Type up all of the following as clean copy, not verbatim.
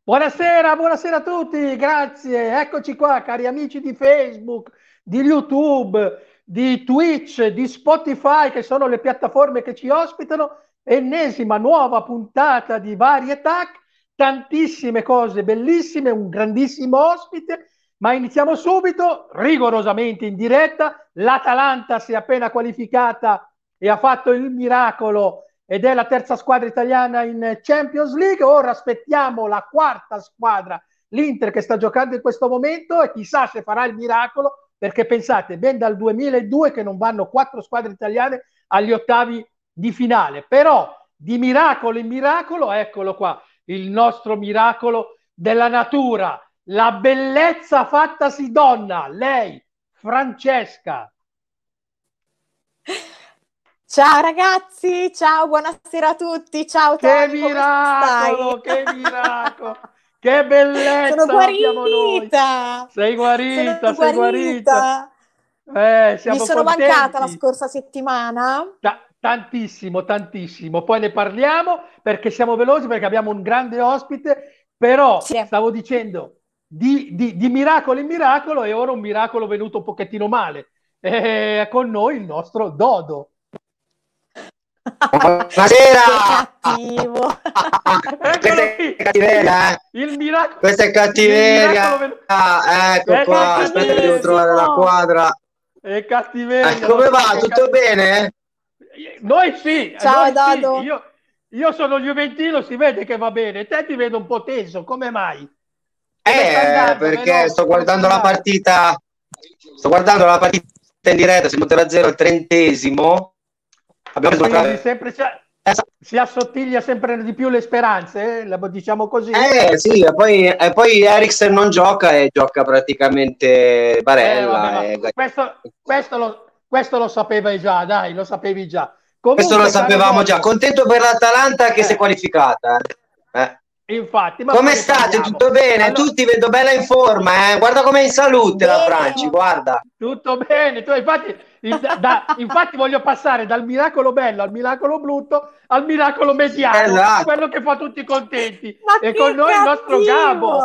Buonasera, buonasera a tutti, grazie. Eccoci qua, cari amici di Facebook, di YouTube, di Twitch, di Spotify, che sono le piattaforme che ci ospitano. Ennesima nuova puntata di Varietà, tantissime cose bellissime, un grandissimo ospite. Ma iniziamo subito, rigorosamente in diretta. L'Atalanta si è appena qualificata e ha fatto il miracolo ed è la terza squadra italiana in Champions League. Ora aspettiamo la quarta squadra, l'Inter, che sta giocando in questo momento, e chissà se farà il miracolo, perché pensate, ben dal 2002 che non vanno quattro squadre italiane agli ottavi di finale. Però di miracolo in miracolo, eccolo qua, il nostro miracolo della natura, la bellezza fattasi donna, lei, Francesca. Ciao ragazzi, ciao, buonasera a tutti, ciao Che Tony, come miracolo, stai? che miracolo, che bellezza Sono abbiamo noi. guarita, Sei guarita, sono sei guarita. guarita. Mi Siamo sono mancata la contenti. scorsa settimana. Tantissimo, tantissimo. Poi ne parliamo perché siamo veloci, perché abbiamo un grande ospite. Però Sì. stavo dicendo di miracolo in miracolo, e ora un miracolo venuto un pochettino male. Con noi il nostro Dodo. Buonasera! Cattivo. Questa è cattiveria, eh? Il miracolo. Questa è cattiveria. Ecco qua, aspetta che devo trovare la quadra. È cattiveria. Come va? Tutto bene? Noi sì. Ciao noi Dodo. sì. Io sono juventino, si vede che va bene. Te ti vedo un po' teso, come mai? Perché sto guardando la partita. Sto guardando la partita in diretta, siamo 3-0 al 30°. Abbiamo preso si assottiglia sempre di più le speranze, diciamo così. Sì, e poi Eriksen non gioca e gioca praticamente Barella. Questo lo sapevi già, dai, lo sapevi già. Comunque, questo lo sapevamo già. Contento per l'Atalanta che si è qualificata. Infatti, ma come state? Tutto bene? Allora, tutti vedo bella in forma, eh? Guarda com'è in salute la Franci, guarda. Tutto bene. Infatti voglio passare dal miracolo bello al miracolo brutto al miracolo mediano, esatto. Quello che fa tutti contenti. Ma e con noi cattivo. Il nostro Gabo.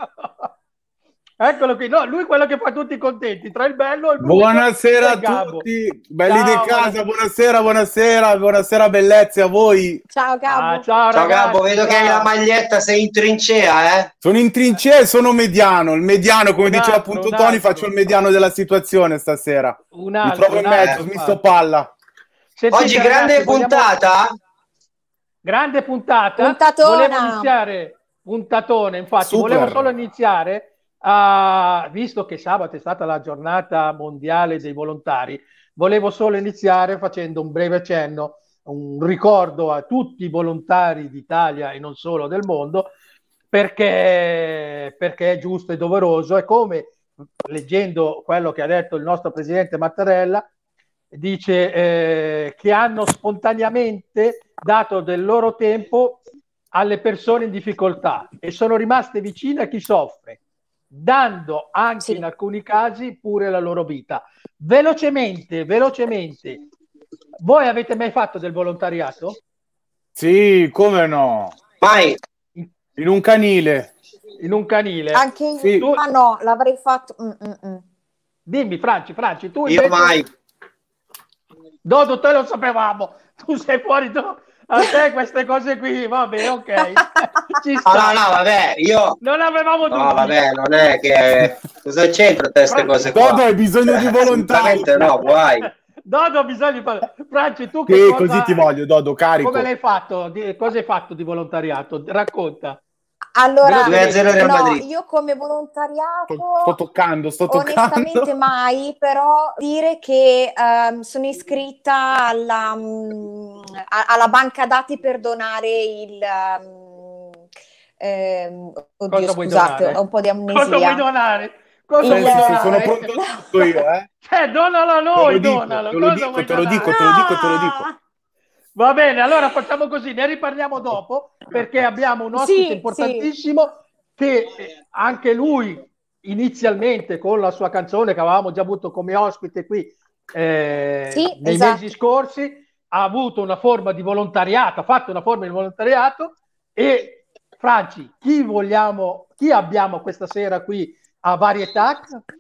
Eccolo qui, no, lui è quello che fa tutti contenti, tra il bello e il brutto. Buonasera a tutti, belli di casa, buonasera bellezze a voi. Ciao Gabo. Ciao ragazzi, Gabo, vedo che hai la maglietta, sei in trincea, eh? Sono in trincea e sono mediano, il mediano, come diceva appunto Tony, faccio il mediano della situazione stasera. Mi trovo in mezzo, misto palla. Sentite, oggi grande puntata? Grande puntata. Puntatona. Volevo iniziare, puntatone, infatti, super. Volevo solo iniziare, visto che sabato è stata la giornata mondiale dei volontari, volevo solo iniziare facendo un breve accenno, un ricordo a tutti i volontari d'Italia e non solo del mondo, perché è giusto e doveroso. E come, leggendo quello che ha detto il nostro presidente Mattarella, dice che hanno spontaneamente dato del loro tempo alle persone in difficoltà e sono rimaste vicine a chi soffre, dando anche in alcuni casi pure la loro vita. Velocemente, voi avete mai fatto del volontariato? Sì, come no? Mai. In un canile. In un canile? Anche io, sì. No, l'avrei fatto. Dimmi, Franci, tu invece... Io mai. Dodo, te lo sapevamo, tu sei fuori, a te queste cose qui, vabbè, ok. Ci sta. No, vabbè, io... Non avevamo dubbi. No, vabbè, non è che... Cosa c'entra queste cose qua? Dodo hai bisogno di volontari. No, guai. Dodo ha bisogno di... Franci, tu che cosa... così ti voglio, Dodo, carico. Come l'hai fatto? Cosa hai fatto di volontariato? Racconta. Allora, no, io come volontariato sto toccando onestamente mai, però dire che sono iscritta alla banca dati per donare il oddio, scusate, ho un po' di amnesia. Cosa vuoi donare? Sono pronto io, donalo a noi, donalo. Te lo dico. Va bene, allora facciamo così, ne riparliamo dopo, perché abbiamo un ospite importantissimo che anche lui inizialmente con la sua canzone che avevamo già avuto come ospite qui nei mesi scorsi, ha avuto una forma di volontariato, ha fatto una forma di volontariato, e Franci, chi abbiamo questa sera qui a Varietà?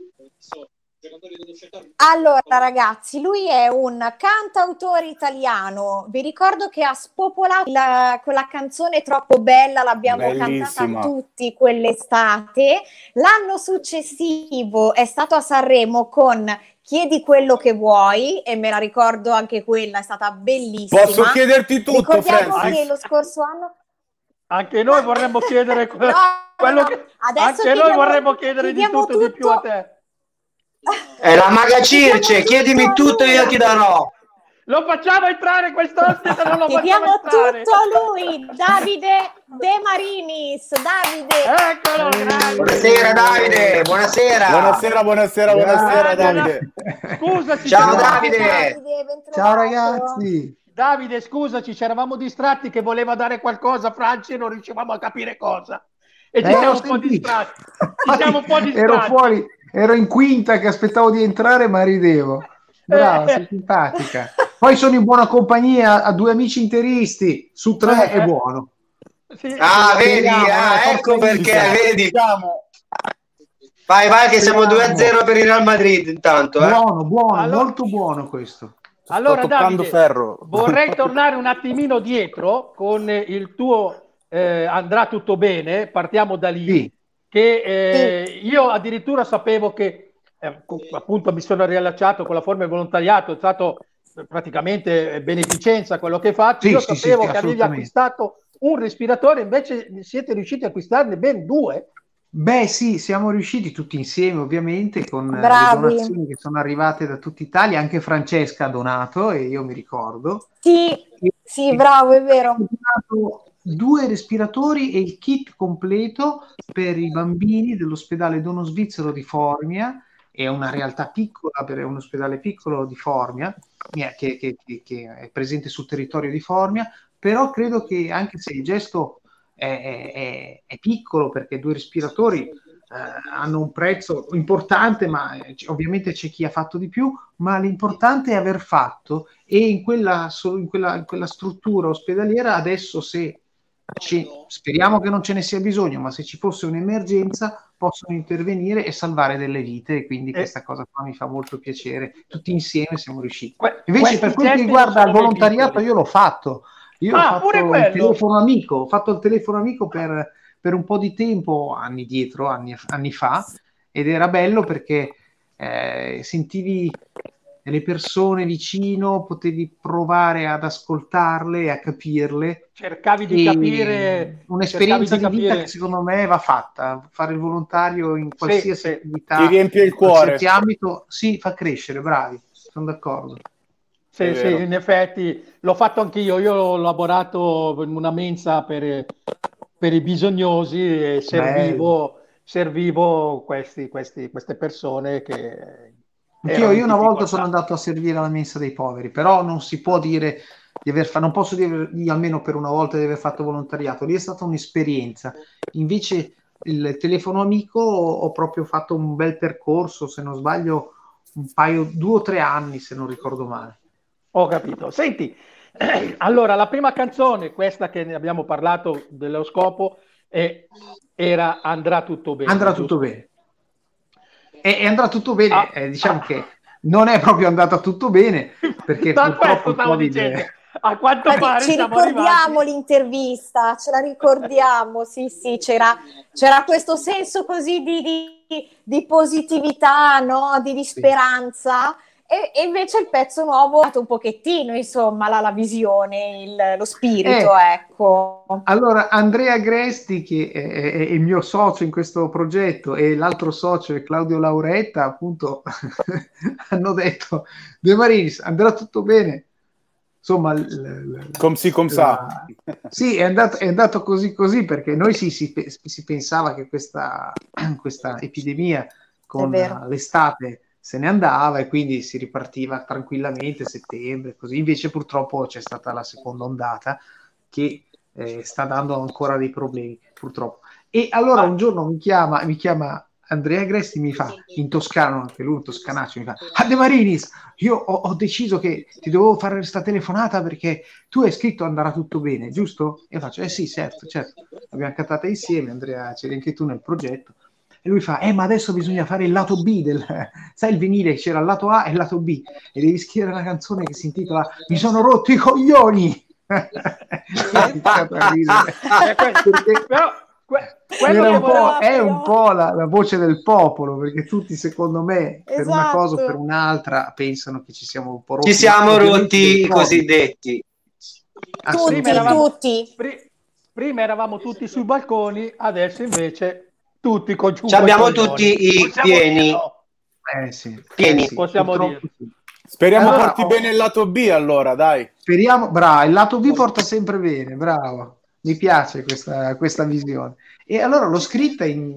Allora, ragazzi, lui è un cantautore italiano. Vi ricordo che ha spopolato quella canzone Troppo bella, l'abbiamo cantata tutti quell'estate. L'anno successivo è stato a Sanremo con Chiedi quello che vuoi, e me la ricordo anche quella, è stata bellissima. Posso chiederti tutto, Ricordiamo Francis? che lo scorso anno... Anche noi vorremmo chiedere quello che... Anche noi vorremmo chiedere di tutto di più a te. È la maga Circe, chiedimi tutto e io ti darò. Lo facciamo entrare quest'ospite, non lo chiediamo facciamo entrare. Tutto a lui, Davide De Marinis. Davide, eccolo, grazie. Buonasera Davide, buonasera Davide. Scusaci. Ciao Davide. Ciao ragazzi. Davide, scusaci, ci eravamo distratti che voleva dare qualcosa a Franci e non riuscivamo a capire cosa. E ci siamo un po' distratti. Ero in quinta che aspettavo di entrare, ma ridevo. Brava, sei simpatica. Poi sono in buona compagnia, a due amici interisti, su tre è buono. Sì. Vedi, ecco perché, vedi. Vai che siamo 2-0 per il Real Madrid intanto. Buono, allora, molto buono questo. Allora Davide, ferro. Vorrei tornare un attimino dietro con il tuo Andrà tutto bene, partiamo da lì. Sì. Che io addirittura sapevo che appunto mi sono riallacciato con la forma di volontariato, è stato praticamente beneficenza quello che faccio. Io sapevo che avevi acquistato un respiratore, invece siete riusciti a acquistarne ben 2. Beh sì, siamo riusciti tutti insieme ovviamente con le donazioni che sono arrivate da tutta Italia, anche Francesca ha donato e io mi ricordo. Sì, bravo, è vero. Ho donato 2 respiratori e il kit completo per i bambini dell'ospedale Dono Svizzero di Formia. È una realtà piccola, è un ospedale piccolo di Formia che è presente sul territorio di Formia, però credo che anche se il gesto è piccolo, perché 2 respiratori hanno un prezzo importante, ma ovviamente c'è chi ha fatto di più, ma l'importante è aver fatto, e in quella struttura ospedaliera adesso, se speriamo che non ce ne sia bisogno, ma se ci fosse un'emergenza possono intervenire e salvare delle vite, e quindi questa cosa qua mi fa molto piacere. Tutti insieme siamo riusciti. Invece per quel che riguarda il volontariato, io l'ho fatto. Io ho fatto il telefono amico, per un po' di tempo, anni fa, ed era bello perché sentivi le persone vicino, potevi provare ad ascoltarle e a capirle. Cercavi di capire un'esperienza di vita che secondo me va fatta. Fare il volontario in qualsiasi attività, ti riempie il cuore, in qualsiasi ambito, fa crescere, bravi, sono d'accordo. Sì, in effetti l'ho fatto anch'io. Io ho lavorato in una mensa per i bisognosi e servivo queste persone che... Io una volta sono andato a servire alla mensa dei poveri, però non si può dire di aver fatto, non posso dire almeno per una volta di aver fatto volontariato. Lì è stata un'esperienza. Invece il telefono amico ho proprio fatto un bel percorso, se non sbaglio 2 o 3 anni, se non ricordo male. Ho capito. Senti, allora la prima canzone, questa che ne abbiamo parlato dello scopo, era Andrà tutto bene. Andrà tutto bene. E andrà tutto bene, diciamo che non è proprio andata tutto bene, perché purtroppo il Covid... A quanto pare ci ricordiamo l'intervista, ce la ricordiamo, sì, c'era questo senso così di positività, no? Di speranza, e invece il pezzo nuovo ha dato un pochettino, insomma, la visione, lo spirito, ecco. Allora, Andrea Agresti, che è il mio socio in questo progetto, e l'altro socio è Claudio Lauretta, appunto, hanno detto: De Marinis, andrà tutto bene. Insomma, sì, è andato così, perché noi si pensava che questa epidemia con l'estate se ne andava e quindi si ripartiva tranquillamente a settembre, così. Invece purtroppo c'è stata la seconda ondata che sta dando ancora dei problemi, purtroppo. E allora un giorno mi chiama Andrea Agresti mi fa, in toscano, anche lui, un toscanaccio, mi fa: De Marinis, io ho deciso che ti dovevo fare questa telefonata perché tu hai scritto andrà tutto bene, giusto? E io faccio: sì, certo, l'abbiamo cantata insieme, Andrea, c'eri anche tu nel progetto. E lui fa: ma adesso bisogna fare il lato B sai, il vinile, c'era il lato A e il lato B, e devi scrivere una canzone che si intitola Mi sono rotto i coglioni. Però è un po' la voce del popolo, perché tutti, secondo me, per una cosa o per un'altra, pensano che ci siamo un po' rotti. Ci siamo rotti i cosiddetti. Tutti. Prima eravamo tutti sui balconi, adesso invece tutti con ci abbiamo tutti i pieni. Pieni. Possiamo dire. Speriamo porti bene il lato B, allora, dai. Speriamo, bravo, il lato B porta sempre bene, bravo. Mi piace questa visione. E allora l'ho scritta in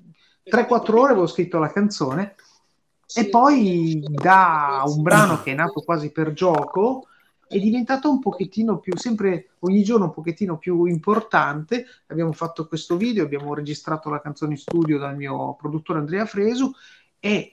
3-4 ore, avevo scritto la canzone, e poi da un brano che è nato quasi per gioco è diventato un pochettino più, sempre ogni giorno un pochettino più importante. Abbiamo fatto questo video, abbiamo registrato la canzone in studio dal mio produttore Andrea Fresu, e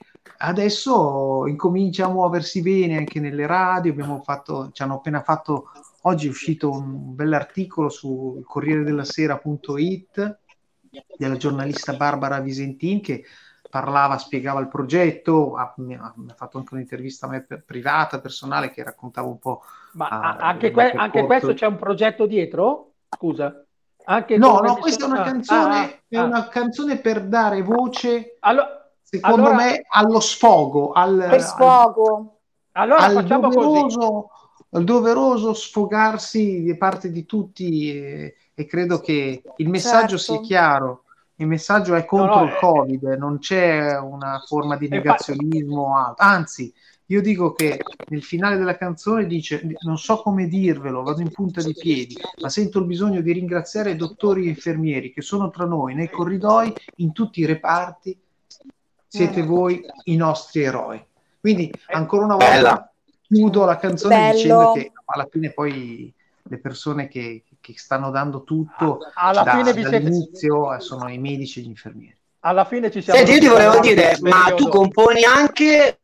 adesso incomincia a muoversi bene anche nelle radio. Ci hanno appena fatto, oggi è uscito un bell'articolo su Corriere della Sera.it della giornalista Barbara Visentin, che spiegava il progetto, mi ha fatto anche un'intervista a me privata, personale, che raccontava un po'. Ma anche questo c'è un progetto dietro? Scusa. No, questa è una canzone, è una canzone per dare voce, secondo me, allo sfogo, per sfogo. Allora facciamo così. Al doveroso sfogarsi di parte di tutti, e credo che il messaggio sia chiaro. Il messaggio è contro il Covid, non c'è una forma di negazionismo, anzi, io dico che nel finale della canzone dice: non so come dirvelo, vado in punta di piedi, ma sento il bisogno di ringraziare i dottori e infermieri che sono tra noi, nei corridoi, in tutti i reparti. Siete voi i nostri eroi. Quindi ancora una volta chiudo la canzone dicendo che alla fine poi le persone che stanno dando tutto dall'inizio sono i medici e gli infermieri. Alla fine ci siamo. Senti, io ti volevo dire, ma tu componi anche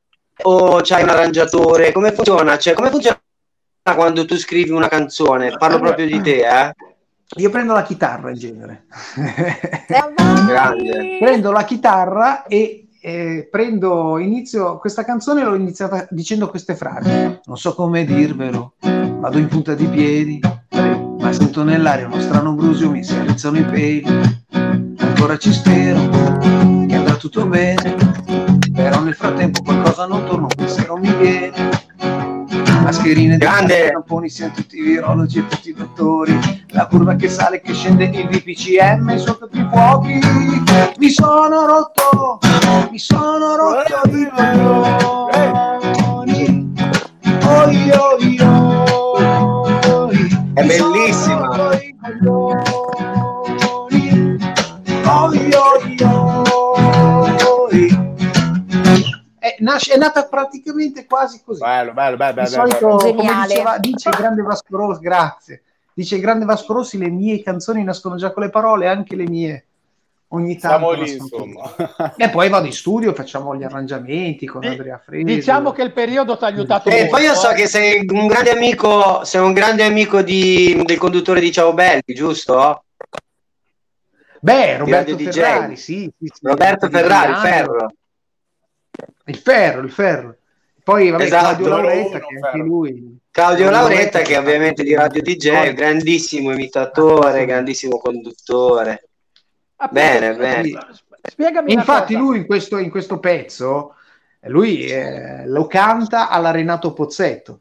o c'hai un arrangiatore? Come funziona? Come funziona quando tu scrivi una canzone? Parlo proprio di te, Io prendo la chitarra in genere. Grande. Prendo la chitarra e inizio questa canzone, l'ho iniziata dicendo queste frasi: non so come dirvelo, vado in punta di piedi, ma sento nell'aria uno strano brusio, mi si alzano i peli, ancora ci spero che andrà tutto bene, però nel frattempo qualcosa non torna, un pensiero mi viene, mascherine di tamponi, siamo tutti i virologi e tutti i dottori, la curva che sale, che scende, il VPCM sotto i fuochi. Mi sono rotto i coglioni, è bellissima. È nata praticamente quasi così. Bello. Di solito, come dice il grande Vasco Rossi, grazie. Dice il grande Vasco Rossi: le mie canzoni nascono già con le parole, anche le mie. Ogni tanto siamo lì, insomma. E poi vado in studio, facciamo gli arrangiamenti con Andrea Fresu. Diciamo che il periodo ti ha aiutato molto. E poi io so che sei un grande amico del conduttore di Ciao Belli, giusto? Beh, Roberto Ferrari, sì. Roberto Ferrari, il ferro. Poi vabbè, Claudio Lauretta, che anche lui. Claudio Lauretta, che ovviamente di Radio DJ, grandissimo imitatore, grandissimo conduttore. Bene. Spiegami. Infatti lui in questo pezzo lui lo canta alla Renato Pozzetto.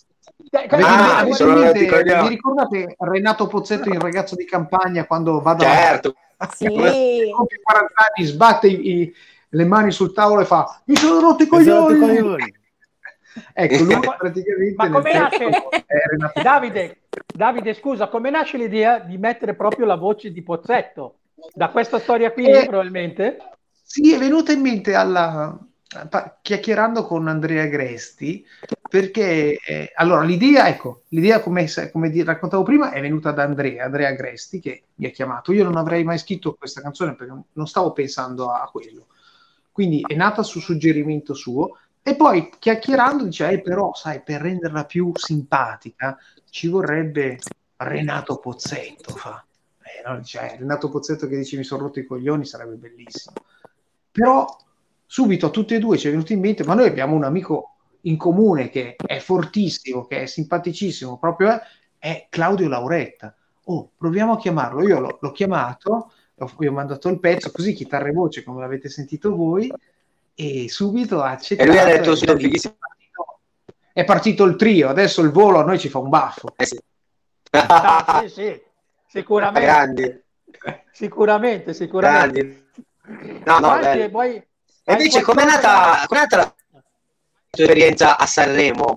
Vi ricordate Renato Pozzetto in Ragazzo di campagna, quando va da certo. Sì. 40 anni, sbatte le mani sul tavolo e fa: mi sono rotto i coglioni. Ecco, lui praticamente. Ma come nasce? Davide, scusa, come nasce l'idea di mettere proprio la voce di Pozzetto? Da questa storia qui, probabilmente? Sì, è venuta in mente chiacchierando con Andrea Agresti, perché allora l'idea come raccontavo prima è venuta da Andrea Agresti, che mi ha chiamato. Io non avrei mai scritto questa canzone perché non stavo pensando a quello, quindi è nata su suggerimento suo, e poi chiacchierando dice però sai, per renderla più simpatica ci vorrebbe Renato Pozzetto, no? Cioè, Renato Pozzetto che dice mi sono rotto i coglioni sarebbe bellissimo. Però subito a tutti e due ci è venuto in mente, ma noi abbiamo un amico in comune che è fortissimo, che è simpaticissimo, proprio è Claudio Lauretta. Proviamo a chiamarlo. Io l'ho chiamato, gli ho mandato il pezzo, così chitarra e voce, come l'avete sentito voi, e subito ha accettato. E lui ha detto fighissimo. È partito il trio, adesso il volo a noi ci fa un baffo. Sì. Sì, sicuramente. Grandi. Sicuramente. Grandi. No, poi, e invece com'è nata la tua esperienza a Sanremo?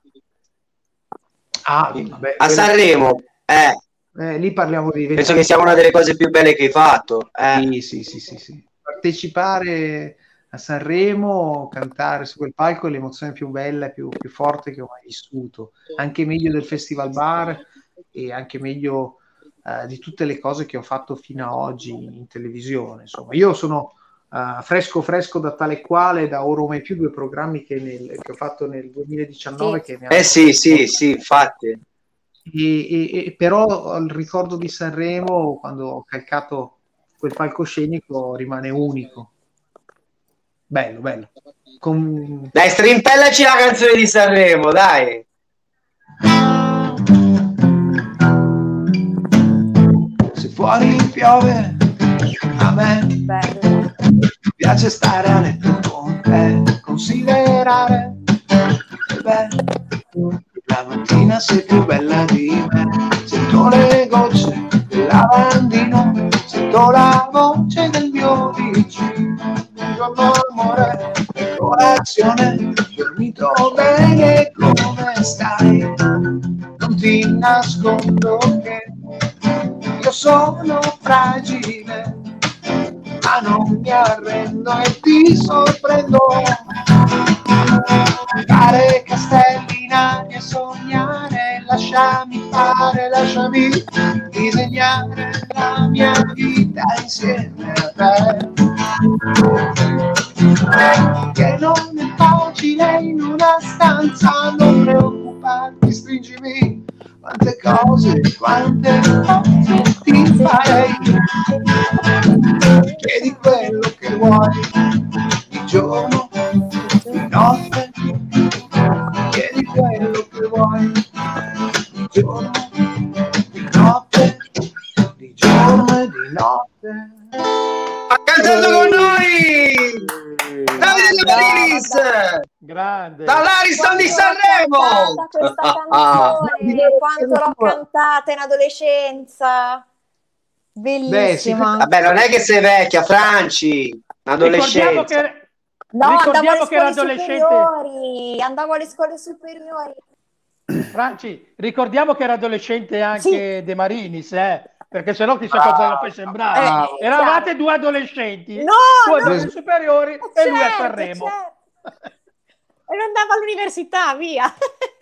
Vabbè, a Sanremo, lì parliamo di... Penso che sia una delle cose più belle che hai fatto. Sì. Partecipare a Sanremo, cantare su quel palco è l'emozione più bella e più forte che ho mai vissuto. Anche meglio del Festival Bar e anche meglio di tutte le cose che ho fatto fino ad oggi in televisione. Insomma, io sono fresco da tale quale, da Oro Mai Più, 2 programmi che ho fatto nel 2019. Che mi hanno sì, infatti. E però il ricordo di Sanremo, quando ho calcato quel palcoscenico, rimane unico. Bello. Dai, strimpellaci la canzone di Sanremo, dai. Se fuori piove, a me piace stare a letto con te, considerare la mattina sei più bella di me, sento le gocce del lavandino, sento la voce del mio vicino, buongiorno amore, colazione, dormito bene, come stai? Non ti nascondo che io sono fragile, ma non mi arrendo e ti sorprendo. Fare castelli in aria e sognare, lasciami fare, lasciami disegnare la mia vita insieme a te. Che non è facile in una stanza, non preoccuparti, stringimi, quante cose ti farei. Chiedi quello che vuoi, di giorno, di notte, chiedi quello che vuoi, di giorno, di notte, di giorno e di notte. Ha cantato con noi Davide Marinis, grande, dall'Ariston di Sanremo. Questa canzone, quanto l'ho cantata in adolescenza, bellissima. Vabbè, non è che sei vecchia, Franci, adolescenza. Ricordiamo che era adolescente. Andavo alle scuole superiori. Franci, ricordiamo che era adolescente anche De Marinis, perché sennò chissà cosa la fai sembrare. Eravate 2 adolescenti, tu alle superiori e lui a Sanremo. E non andava all'università, via.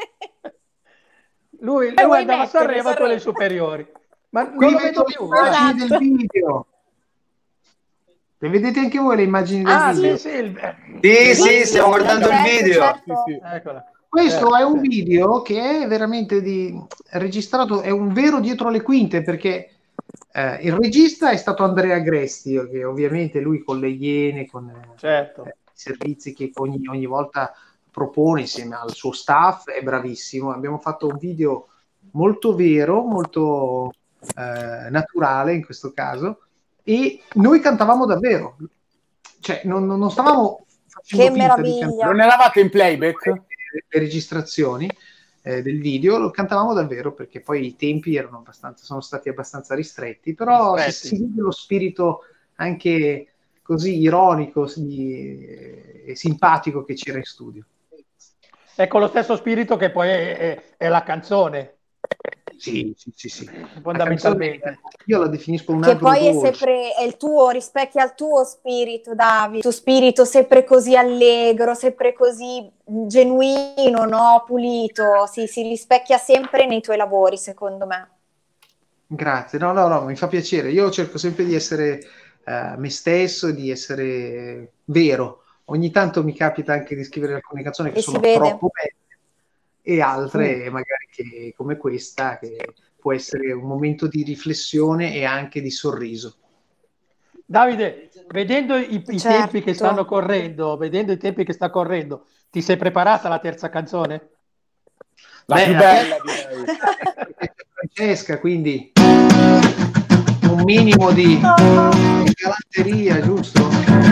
lui andava a Sanremo e tu alle superiori. Ma non lo vedo più. Immagini del video. Le vedete anche voi le immagini del video? Sì, stiamo guardando il video. Certo. Sì. Eccola. Questo è un video che è veramente registrato, è un vero dietro le quinte, perché il regista è stato Andrea Agresti, che ovviamente lui con le Iene, con i servizi che ogni volta propone insieme al suo staff, è bravissimo. Abbiamo fatto un video molto vero, molto naturale in questo caso, e noi cantavamo davvero, cioè non stavamo facendo finta di cantare. Non eravate in playback? Le registrazioni del video lo cantavamo davvero, perché poi i tempi sono stati abbastanza ristretti, però si vede lo spirito anche così ironico e simpatico che c'era in studio. Ecco, lo stesso spirito che poi è la canzone. Sì. Fondamentalmente. Io la definisco un che poi è sempre il tuo, rispecchia il tuo spirito, Davide, il tuo spirito sempre così allegro, sempre così genuino, no? Pulito, si rispecchia sempre nei tuoi lavori, secondo me. Grazie, no, mi fa piacere. Io cerco sempre di essere me stesso, di essere vero. Ogni tanto mi capita anche di scrivere alcune canzoni che sono troppo belle e altre magari come questa, che può essere un momento di riflessione e anche di sorriso. Davide, vedendo i tempi che stanno correndo, ti sei preparata la terza canzone? La più bella, direi. Francesca, quindi un minimo di galanteria, giusto?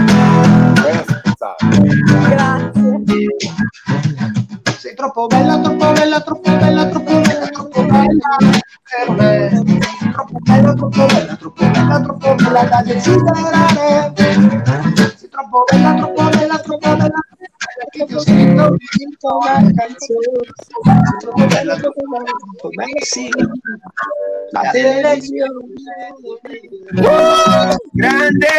Grazie. Sei troppo bella, troppo bella, troppo bella, troppo bella, troppo bella per me. Troppo bella, troppo bella, troppo bella, troppo bella da desiderare. Sei troppo bella, troppo bella, troppo bella, che ti ho scritto una canzone. Troppo bella, sì. La televisione. Grande!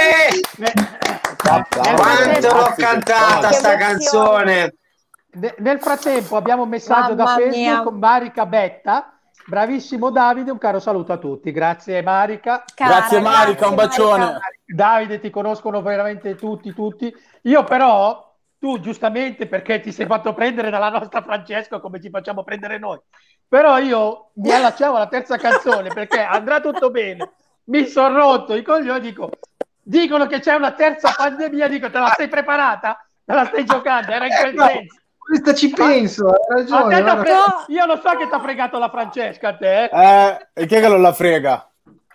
Quanto l'ho cantata sta canzone! Nel frattempo abbiamo un messaggio da Facebook, Marica Betta. Bravissimo Davide, un caro saluto a tutti. Grazie Marica. Grazie Marica, un bacione. Marica. Davide, ti conoscono veramente tutti. Io però, tu giustamente, perché ti sei fatto prendere dalla nostra Francesca come ci facciamo prendere noi, però io mi allacciavo alla terza canzone perché andrà tutto bene. Mi sono rotto i coglioni, dicono che c'è una terza pandemia, dico, te la sei preparata? Te la stai giocando? Era in quel senso. Questa ci penso, hai ragione. Io lo so che ti ha fregato la Francesca a te. E chi è che non la frega?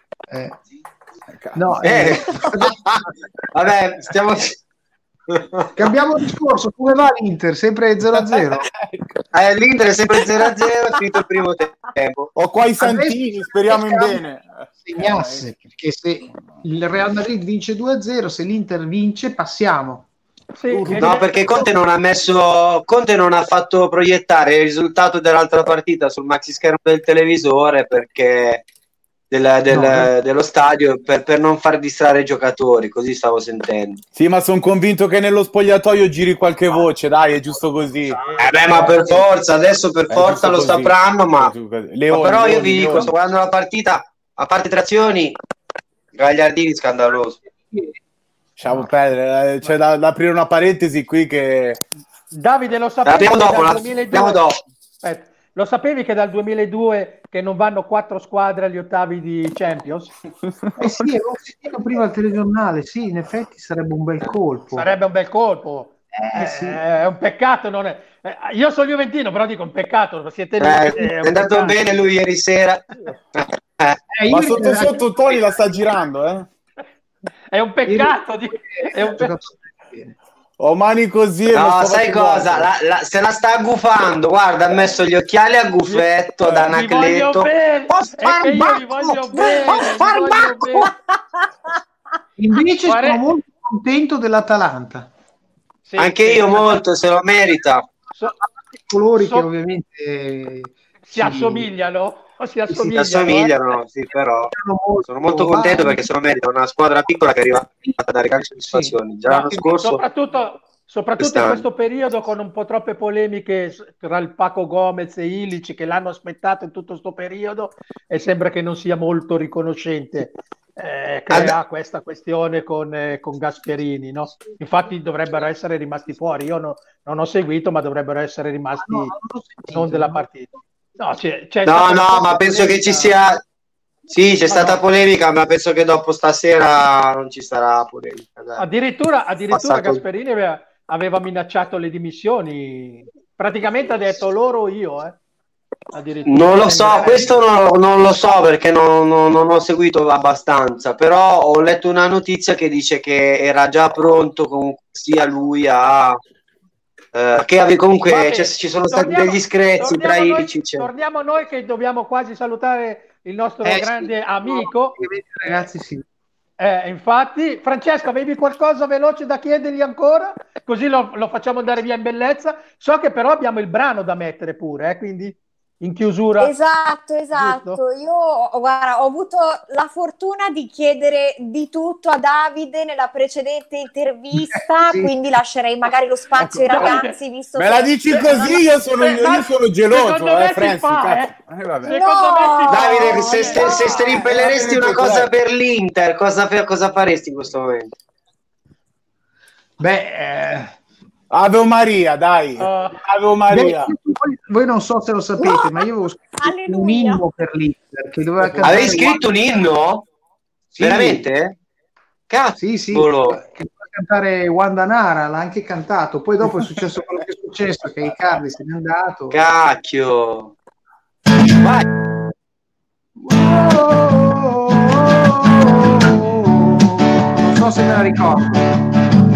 Vabbè, stiamo... Cambiamo discorso, come va l'Inter? Sempre 0-0? L'Inter è sempre 0-0, è finito il primo tempo. Ho qua i Santini, speriamo in bene. Segnasse, perché se il Real Madrid vince 2-0, se l'Inter vince passiamo. No, perché Conte non ha fatto proiettare il risultato dell'altra partita sul maxi schermo del televisore perché dello stadio per non far distrarre i giocatori, così stavo sentendo. Sì, ma sono convinto che nello spogliatoio giri qualche voce, dai, è giusto così. Ma per forza, adesso per forza lo sapranno, ma però io vi dico, sto guardando la partita, a parte trazioni, Gagliardini scandaloso. Lasciamo perdere, c'è da aprire una parentesi qui che... Davide, lo sapevi che dal 2002... Aspetta. Lo sapevi che dal 2002 che non vanno 4 squadre agli ottavi di Champions? Sì, avevo sentito prima al telegiornale, sì, in effetti sarebbe un bel colpo. Sarebbe un bel colpo. Sì. È un peccato, non è... io sono juventino, però dico un peccato. Siete è andato bene lui ieri sera. Ma sotto Tony la sta girando, È un peccato. Ho mani così. No, sai cosa? Se la sta aggufando. Guarda, ha messo gli occhiali a gufetto da Anacleto. Invece sono molto contento dell'Atalanta. Sì, anche io molto, se lo merita. Colori che ovviamente si assomigliano. Si assomigliano, sì, però sono molto contento perché se lo merita. Una squadra piccola che è arrivata a dare grandi soddisfazioni. Già l'anno scorso, soprattutto in questo periodo, con un po' troppe polemiche tra il Paco Gomez e Illich che l'hanno aspettato in tutto questo periodo, e sembra che non sia molto riconoscente. Crea questa questione con Gasperini, no? Infatti dovrebbero essere rimasti fuori. Io non ho seguito, ma dovrebbero essere rimasti non della partita. No, ma penso che ci sia. Sì, c'è stata polemica, ma penso che dopo stasera non ci sarà polemica. Dai. Addirittura Gasperini aveva minacciato le dimissioni. Praticamente ha detto loro o io. Non lo so, questo non lo so perché non ho seguito abbastanza, però ho letto una notizia che dice che era già pronto comunque sia lui a... che comunque ci sono stati degli screzi tra Ilicic. Torniamo noi che dobbiamo quasi salutare il nostro grande amico. Ragazzi, sì. Infatti, Francesco, avevi qualcosa veloce da chiedergli ancora? Così lo facciamo andare via in bellezza. So che però abbiamo il brano da mettere pure, quindi in chiusura. Esatto. Giusto? Io, guarda, ho avuto la fortuna di chiedere di tutto a Davide nella precedente intervista, Sì. quindi lascerei magari lo spazio ai ragazzi, visto Me la dici così, io sono geloso, Secondo me si Franci, fa, cazzo. Vabbè. Secondo me si fa. Davide, se rimpelleresti una cosa per l'Inter, cosa faresti in questo momento? Ave Maria, dai. Ave Maria. Voi non so se lo sapete, ma io avevo scritto un inno per l'Inter che doveva cantare. Avevi scritto un inno? Sì. Veramente? Cazzo. Sì, che doveva cantare Wanda Nara, l'ha anche cantato. Poi dopo è successo quello che è successo, che Icardi se n'è andato. Cacchio. Vai. Non so se me la ricordo.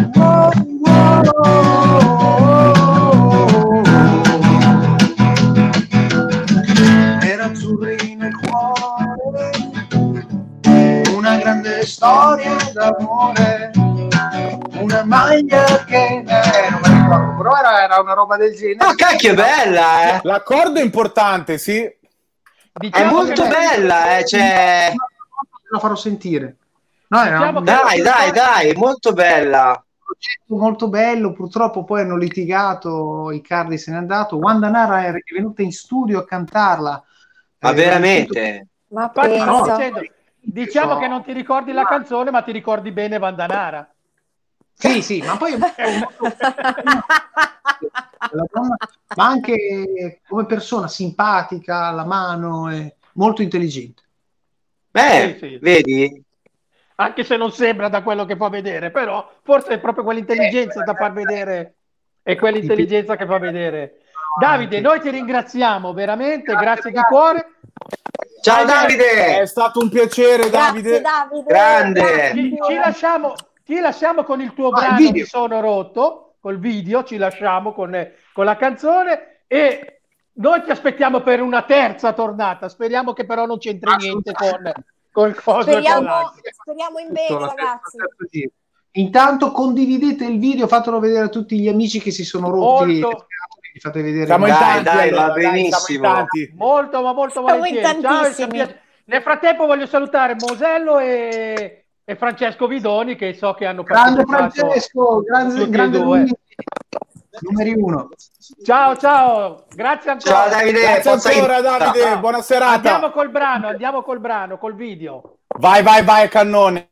Era azzurri nel cuore, una grande storia d'amore, una maglia che non mi ricordo, però era una roba del genere. Oh, cacchio, è bella, L'accordo è importante, sì. È molto bella, cioè... La farò sentire. No, Dai, molto bella. Molto bello, purtroppo poi hanno litigato, Icardi se n'è andato, Wanda Nara è venuta in studio a cantarla. Ma veramente? Ma pensa. Diciamo che non ti ricordi la canzone, ma ti ricordi bene Wanda Nara. Sì, ma poi ma anche come persona simpatica, alla mano, è molto intelligente. Sì. Vedi? Anche se non sembra da quello che fa vedere, però forse è proprio quell'intelligenza da far vedere, è quell'intelligenza che fa vedere. Davide, noi ti ringraziamo veramente, grazie di cuore. Ciao Davide! È stato un piacere, Davide. Grande! Ti lasciamo con il tuo brano Mi sono rotto, col video, ci lasciamo con la canzone e noi ti aspettiamo per una terza tornata. Speriamo che però non c'entri niente con cosa. Speriamo in bene, ragazzi. Intanto condividete il video, fatelo vedere a tutti gli amici che si sono rotti. Fate vedere. Siamo in tanti, va benissimo. Molto volentieri. Ciao, nel frattempo voglio salutare Mosello e Francesco Vidoni, che so che hanno grande Francesco, grande numeri uno. Ciao, grazie ancora. Ciao Davide, grazie ancora Davide, buona serata. Andiamo col brano, col video. Vai, cannone.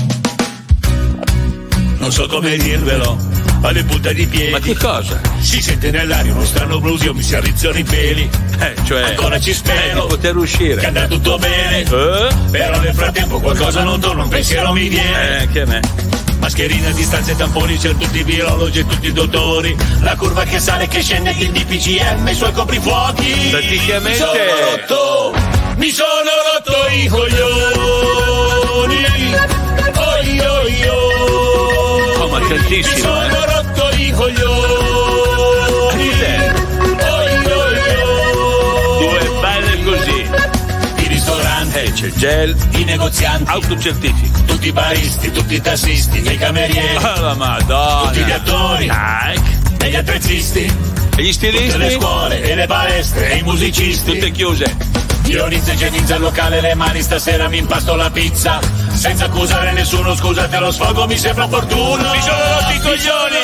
Non so come dirvelo, alle punte di piedi. Ma che cosa? Si sente nell'aria uno strano brusio, mi si arrizzano i peli. Cioè, ancora ci spero di poter uscire, che andrà tutto bene. Però nel frattempo qualcosa non torna, un pensiero mi viene. Che me? Mascherine, distanze, tamponi, c'è tutti i virologi e tutti i dottori. La curva che sale e che scende, il DPCM, i suoi coprifuochi. Praticamente mi sono rotto i coglioni. Oh, ma tantissimo, mi sono rotto i coglioni. Due belle così. I ristoranti, c'è il gel, i negozianti, autocertifico, tutti i baristi, tutti i tassisti, i camerieri, la madonna, tutti gli attori, e gli attrezzisti, e gli stilisti, tutte le scuole e le palestre e i musicisti, tutte chiuse. Dionizio e Genizia al locale, le mani, stasera mi impasto la pizza senza accusare nessuno, scusate lo sfogo, mi sembra opportuno. Mi sono rotto i coglioni,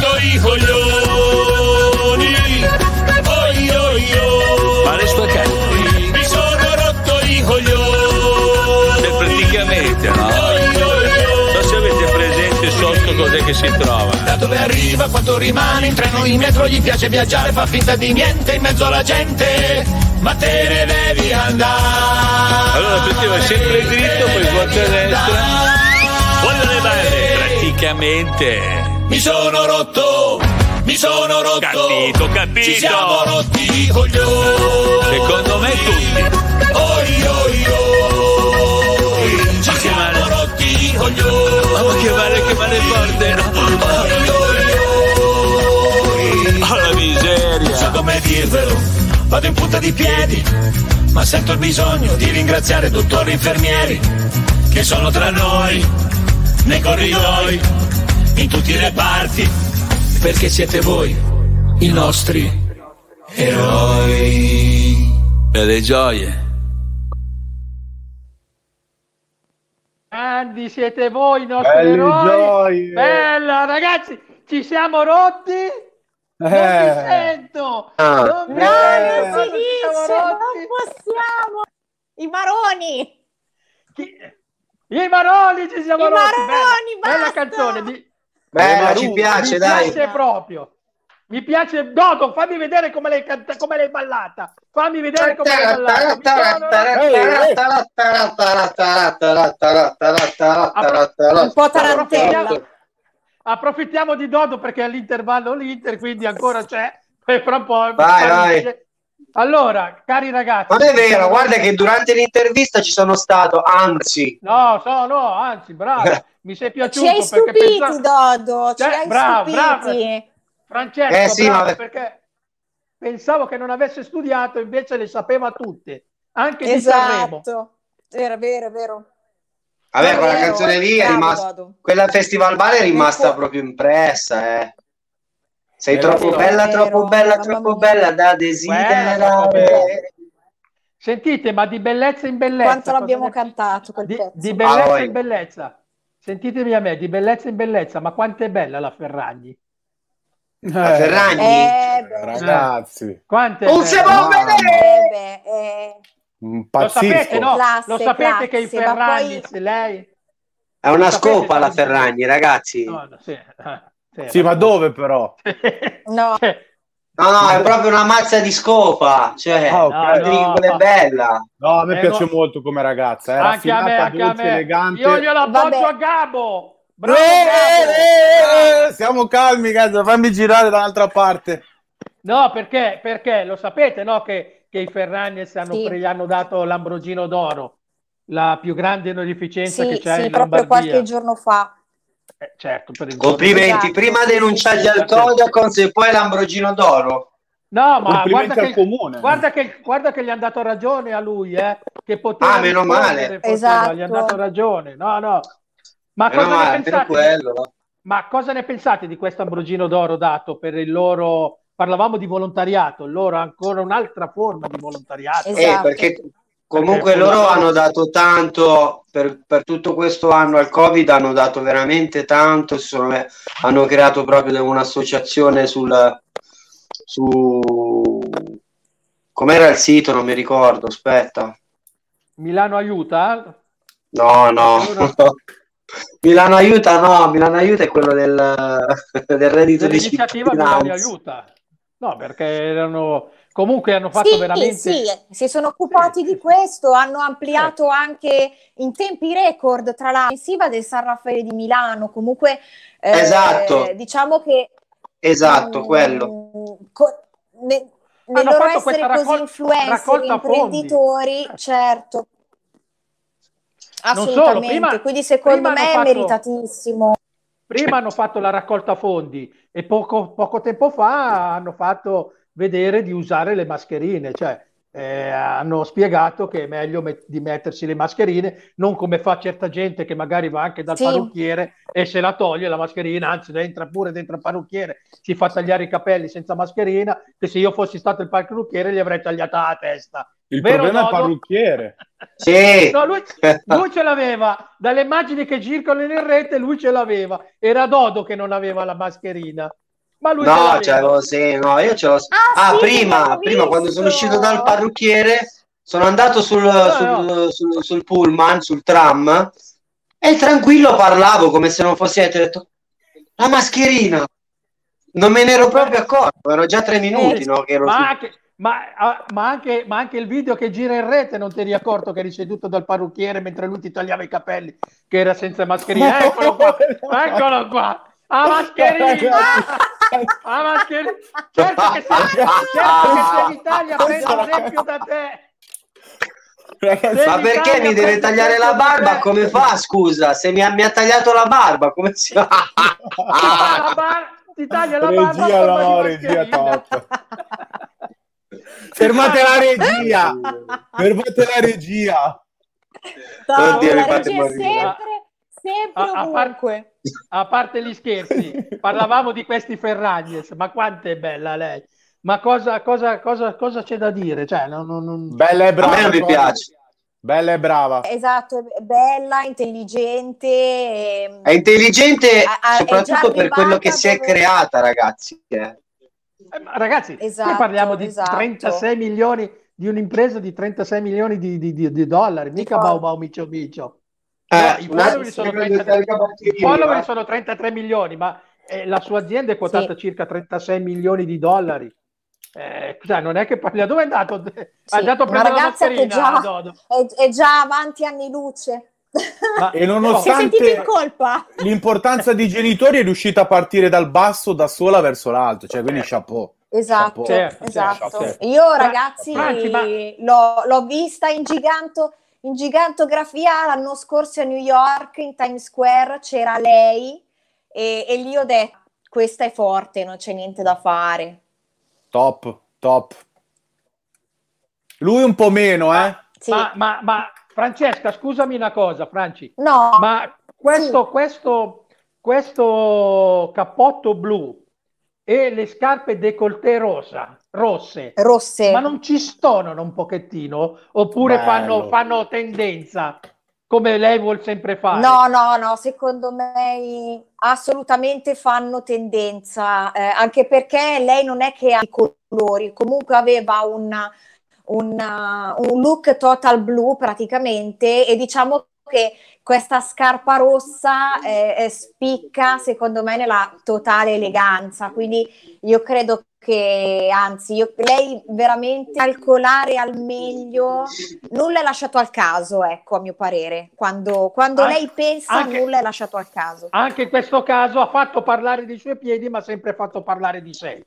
ma le sue cazzo, mi sono rotto i coglioni. Praticamente, no? Non so se avete presente sotto cos'è che si trova. Da dove arriva, quanto rimane in treno, in metro, gli piace viaggiare, fa finta di niente in mezzo alla gente. Ma te ne devi andare. Allora prendeva sempre dritto, poi guarda a destra. Guarda le balle. Praticamente mi sono rotto. Capito. Ci siamo rotti i coglioni. Secondo me tutti. Ci siamo rotti i coglioni. Ma che male forte. Oh, la miseria. So come dirvelo. Vado in punta di piedi, ma sento il bisogno di ringraziare dottori e infermieri che sono tra noi, nei corridoi, in tutti i reparti, perché siete voi i nostri eroi. le gioie. Grandi siete voi, i nostri eroi. Bella, ragazzi, ci siamo rotti? Non mi sento. Non si dice, non possiamo. I maroni. I maroni ci siamo rotti. Bella canzone. Bella, ci piace, dai. Mi piace proprio. Mi piace. Dodo, fammi vedere come l'hai ballata. Fammi vedere come l'hai ballata. Un po' tarantella. Approfittiamo di Dodo perché all'intervallo l'Inter, quindi ancora c'è. E fra un po'. Vai. Allora, cari ragazzi. Non è vero, guarda che durante l'intervista ci sono stato, anzi. No, anzi, bravo. Mi sei piaciuto. Ci hai stupiti, Dodo. Ci hai stupiti. Francesco, sì, perché pensavo che non avesse studiato, invece le sapeva tutte, anche di Sanremo. È vero. Vabbè, quella canzone lì è rimasta, quella Festival Bar è rimasta proprio impressa, Sei troppo bella, troppo bella da desiderare. Sentite, ma di bellezza in bellezza. Quanto l'abbiamo cantato quel pezzo. Di bellezza in bellezza. Sentitemi a me, di bellezza in bellezza, ma quanto è bella la Ferragni. La Ferragni, ragazzi, non si può vedere. Lo sapete, no? Lo sapete che i Ferragni, lei è una scopa la Ferragni, ragazzi. Sì, ma dove però? No, è proprio una mazza di scopa, cioè è bella. No, a me piace molto come ragazza, è raffinata, dolce, elegante. Io glielo appoggio a Gabo. Bravo, siamo calmi, cazzo, fammi girare dall'altra parte. No, perché lo sapete, no, che i Ferragni hanno dato l'Ambrogino d'Oro, la più grande onorificenza che c'è in proprio Lombardia. Qualche giorno fa. Certo, complimenti, prima denunciati al Codacons e poi l'Ambrogino d'Oro. No, ma guarda che gli è andato ragione a lui, che poteva meno male. Esatto. Gli è andato ragione. No. Ma cosa ne pensate? Ma cosa ne pensate di questo Ambrogino d'Oro dato per il loro? Parlavamo di volontariato, loro ancora un'altra forma di volontariato. Esatto. Perché comunque loro hanno dato tanto per tutto questo anno al Covid, hanno dato veramente tanto, hanno creato proprio un'associazione su com'era il sito, non mi ricordo, aspetta. Milano Aiuta? No. Milano Aiuta è quello del reddito di cittadinanza. Milano Aiuta. No, perché comunque hanno fatto veramente. Sì, si sono occupati di questo, hanno ampliato anche in tempi record tra la offensiva del San Raffaele di Milano. Comunque, esatto. Diciamo che quello. Nel loro essere così influencer, imprenditori, certo. Assolutamente, quindi secondo me è meritatissimo. Prima hanno fatto la raccolta fondi e poco tempo fa hanno fatto vedere di usare le mascherine, cioè hanno spiegato che è meglio di mettersi le mascherine, non come fa certa gente che magari va anche dal parrucchiere e se la toglie la mascherina, anzi entra pure dentro il parrucchiere, si fa tagliare i capelli senza mascherina, che se io fossi stato il parrucchiere gli avrei tagliata la testa. Il problema è il parrucchiere. Sì. No, lui ce l'aveva, dalle immagini che circolano in rete lui ce l'aveva, era Dodo che non aveva la mascherina. Ma lui io ce l'ho. Prima quando sono uscito dal parrucchiere sono andato sul pullman, sul tram e tranquillo parlavo come se non fossi detto la mascherina, non me ne ero proprio accorto, ero già 3 minuti che ero ma anche il video che gira in rete non ti eri accorto che eri seduto dal parrucchiere mentre lui ti tagliava i capelli, che era senza mascherina. Eccolo qua. A mascherina! Certo che se l'Italia prende esempio da te. Ma perché mi deve tagliare la barba? Come fa, scusa? Se mi ha tagliato la barba, come si fa? Ti taglia la barba. Regia top. Fermate la regia. Oddio, la regia sempre ovunque. A parte gli scherzi, parlavamo di questi Ferragni, ma quanto è bella lei. ma cosa c'è da dire? Cioè, Bella e brava. A me non mi piace. Bella e brava. Esatto, è bella, intelligente. È intelligente soprattutto è per quello che si è creata, ragazzi. Ragazzi, Esatto, qui parliamo di esatto. 36 milioni di un'impresa di 36 milioni di dollari, mica Bau Micio Micio. No, i follower sono 33 milioni, ma la sua azienda è quotata circa 36 milioni di dollari. Non è che parliamo. Dove è andato? È andato a prendere la mascherina. È già avanti anni luce. E nonostante l'importanza dei genitori, è riuscita a partire dal basso da sola verso l'alto, cioè quindi chapeau. Esatto, Certo. Io ragazzi l'ho vista in gigantografia l'anno scorso a New York, in Times Square c'era lei e lì ho detto questa è forte, non c'è niente da fare. Top. Lui un po' meno, Sì. Ma Francesca, scusami una cosa, Franci. No. Ma questo cappotto blu e le scarpe décolleté rosse, ma non ci stonano un pochettino? Oppure fanno tendenza, come lei vuol sempre fare? No, secondo me assolutamente fanno tendenza, anche perché lei non è che ha i colori, comunque aveva un look total blu praticamente, e diciamo che questa scarpa rossa spicca secondo me nella totale eleganza, quindi io credo che anzi lei veramente calcolare al meglio, nulla è lasciato al caso, ecco, a mio parere, quando lei pensa nulla è lasciato al caso. Anche in questo caso ha fatto parlare dei suoi piedi, ma ha sempre fatto parlare di sé.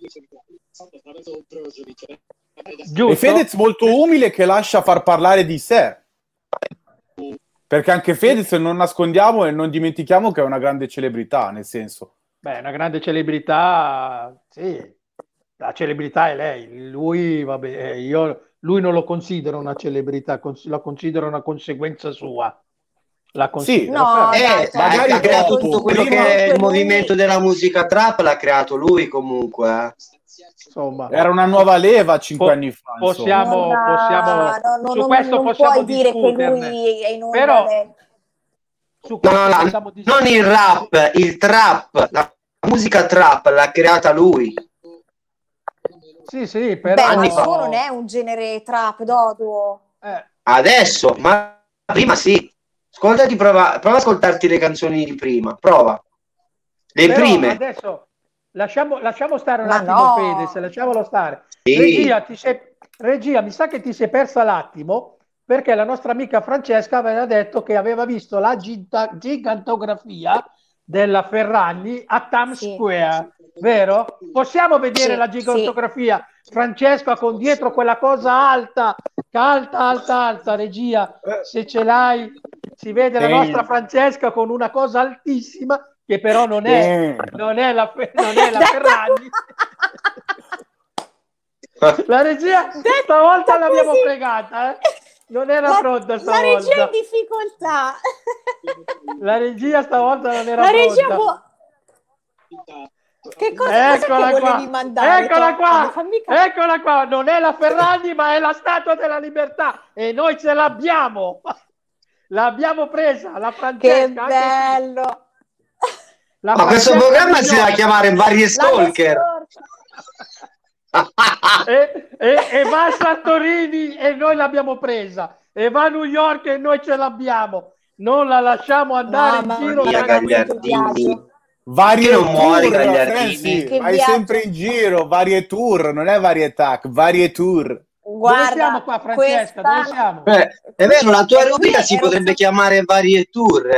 Giusto? E Fedez molto umile, che lascia far parlare di sé, perché anche Fedez, non nascondiamo e non dimentichiamo che è una grande celebrità, nel senso, una grande celebrità, sì, la celebrità è lei, lui lui non lo considero una celebrità, la considero una conseguenza sua. La considero, magari ha creato tutto quello che è il movimento della musica trap, l'ha creato lui comunque. Insomma, era una nuova leva 5 anni fa. Possiamo su questo non possiamo puoi dire che discuterne. lui è in un Però non il rap, il trap, la musica trap l'ha creata lui. Sì, però il suo non è un genere trap, Dodo. Adesso, ma prima sì. Ascoltati, prova ad ascoltarti le canzoni di prima, prova. Le prime. Adesso lasciamo stare un attimo Fedez, lasciamolo stare. Sì. Regia, mi sa che ti sei persa l'attimo, perché la nostra amica Francesca aveva detto che aveva visto la gigantografia della Ferragni a Times Square, vero? Possiamo vedere la gigantografia? Francesca, con dietro quella cosa alta, regia, se ce l'hai, si vede la nostra Francesca con una cosa altissima, che però non è la Ferragni. La regia stavolta l'abbiamo fregata, non era pronta stavolta. La regia è in difficoltà. La regia stavolta non era pronta. Che cosa volevi mandare? Eccola qua, non è la Ferragni, ma è la Statua della Libertà, e noi ce l'abbiamo. L'abbiamo presa, la Francesca. Che bello. Ma questo programma si va a chiamare Varie Stalker. E va a Santorini e noi l'abbiamo presa, e va a New York e noi ce l'abbiamo, non la lasciamo andare in giro. Varie tour, vai sempre in giro, varie tour, non è varietà, varie tour. Guarda, dove siamo qua, Francesca? Dove siamo? È vero, la tua rubrica si potrebbe chiamare Varie Tour,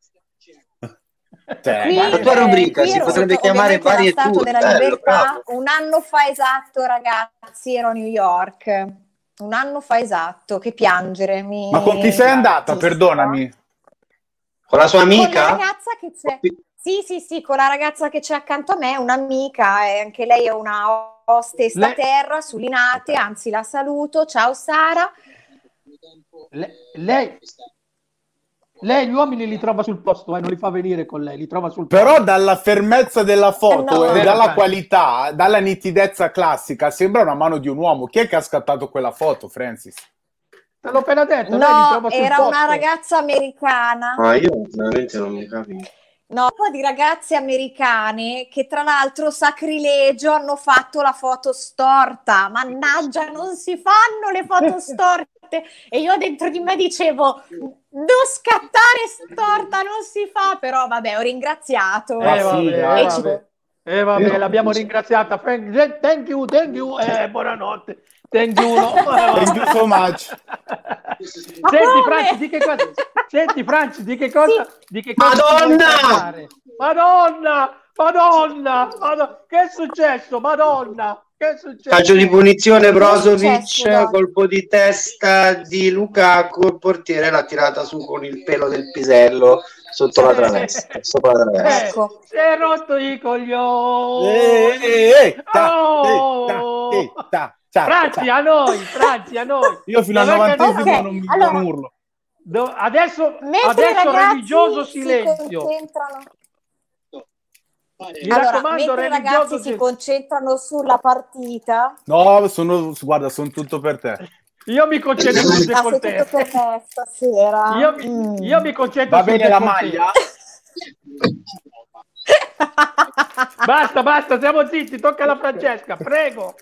la tua rubrica si potrebbe chiamare Varie Tour. Della Libertà. Un anno fa esatto, ragazzi, ero a New York. Un anno fa esatto, che piangere. Ma con chi sei andata? Perdonami. Con la sua amica? Con la ragazza che c'è. Sì, con la ragazza che c'è accanto a me, un'amica, e anche lei è una hostess a terra su Linate, anzi la saluto. Ciao Sara. Lei gli uomini li trova sul posto, non li fa venire con lei, li trova sul posto. Però dalla fermezza della foto e dalla qualità, dalla nitidezza classica, sembra una mano di un uomo. Chi è che ha scattato quella foto, Francis? Te l'ho appena detto. No, era una ragazza americana. Io veramente non mi capisco. No, un po' di ragazze americane che tra l'altro, sacrilegio, hanno fatto la foto storta. Mannaggia, non si fanno le foto storte. E io dentro di me dicevo, non scattare storta, non si fa. Però vabbè, ho ringraziato. Vabbè, l'abbiamo ringraziata. Thank you. Buonanotte. Thank you so much. Senti Franci, di che cosa? Madonna! Che è successo? Madonna! Che è successo? Calcio di punizione, Brozovic, colpo di testa di Lukaku, il portiere l'ha tirata su con il pelo del pisello sotto la traversa. Sopra la traversa. Ecco. Si è rotto i coglioni. Franci, a noi. Io fino al 90esimo non mi urlo. Adesso religioso silenzio. Mentre i ragazzi si concentrano sulla partita. No, sono tutto per te. Io mi concentro sul decolleté. Tutto per me stasera. Io mi concentro sul decolleté. Va bene la maglia? Basta, siamo zitti, tocca alla Francesca, prego.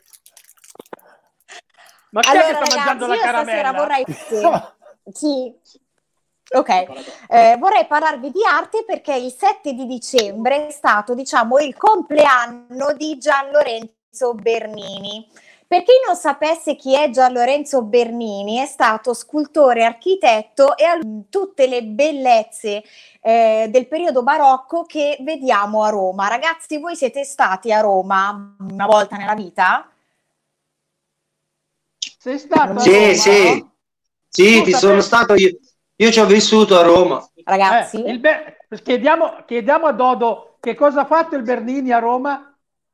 Ma chi è che sta mangiando la caramella? Vorrei... Sì. Ok, vorrei parlarvi di arte perché il 7 di dicembre è stato, diciamo, il compleanno di Gianlorenzo Bernini. Per chi non sapesse chi è Gianlorenzo Bernini, è stato scultore, architetto e tutte le bellezze del periodo barocco che vediamo a Roma. Ragazzi, voi siete stati a Roma una volta nella vita? Sei stato a Roma? Sì, ci sono stato io. Io ci ho vissuto a Roma. Ragazzi, chiediamo a Dodo che cosa ha fatto il Bernini a Roma.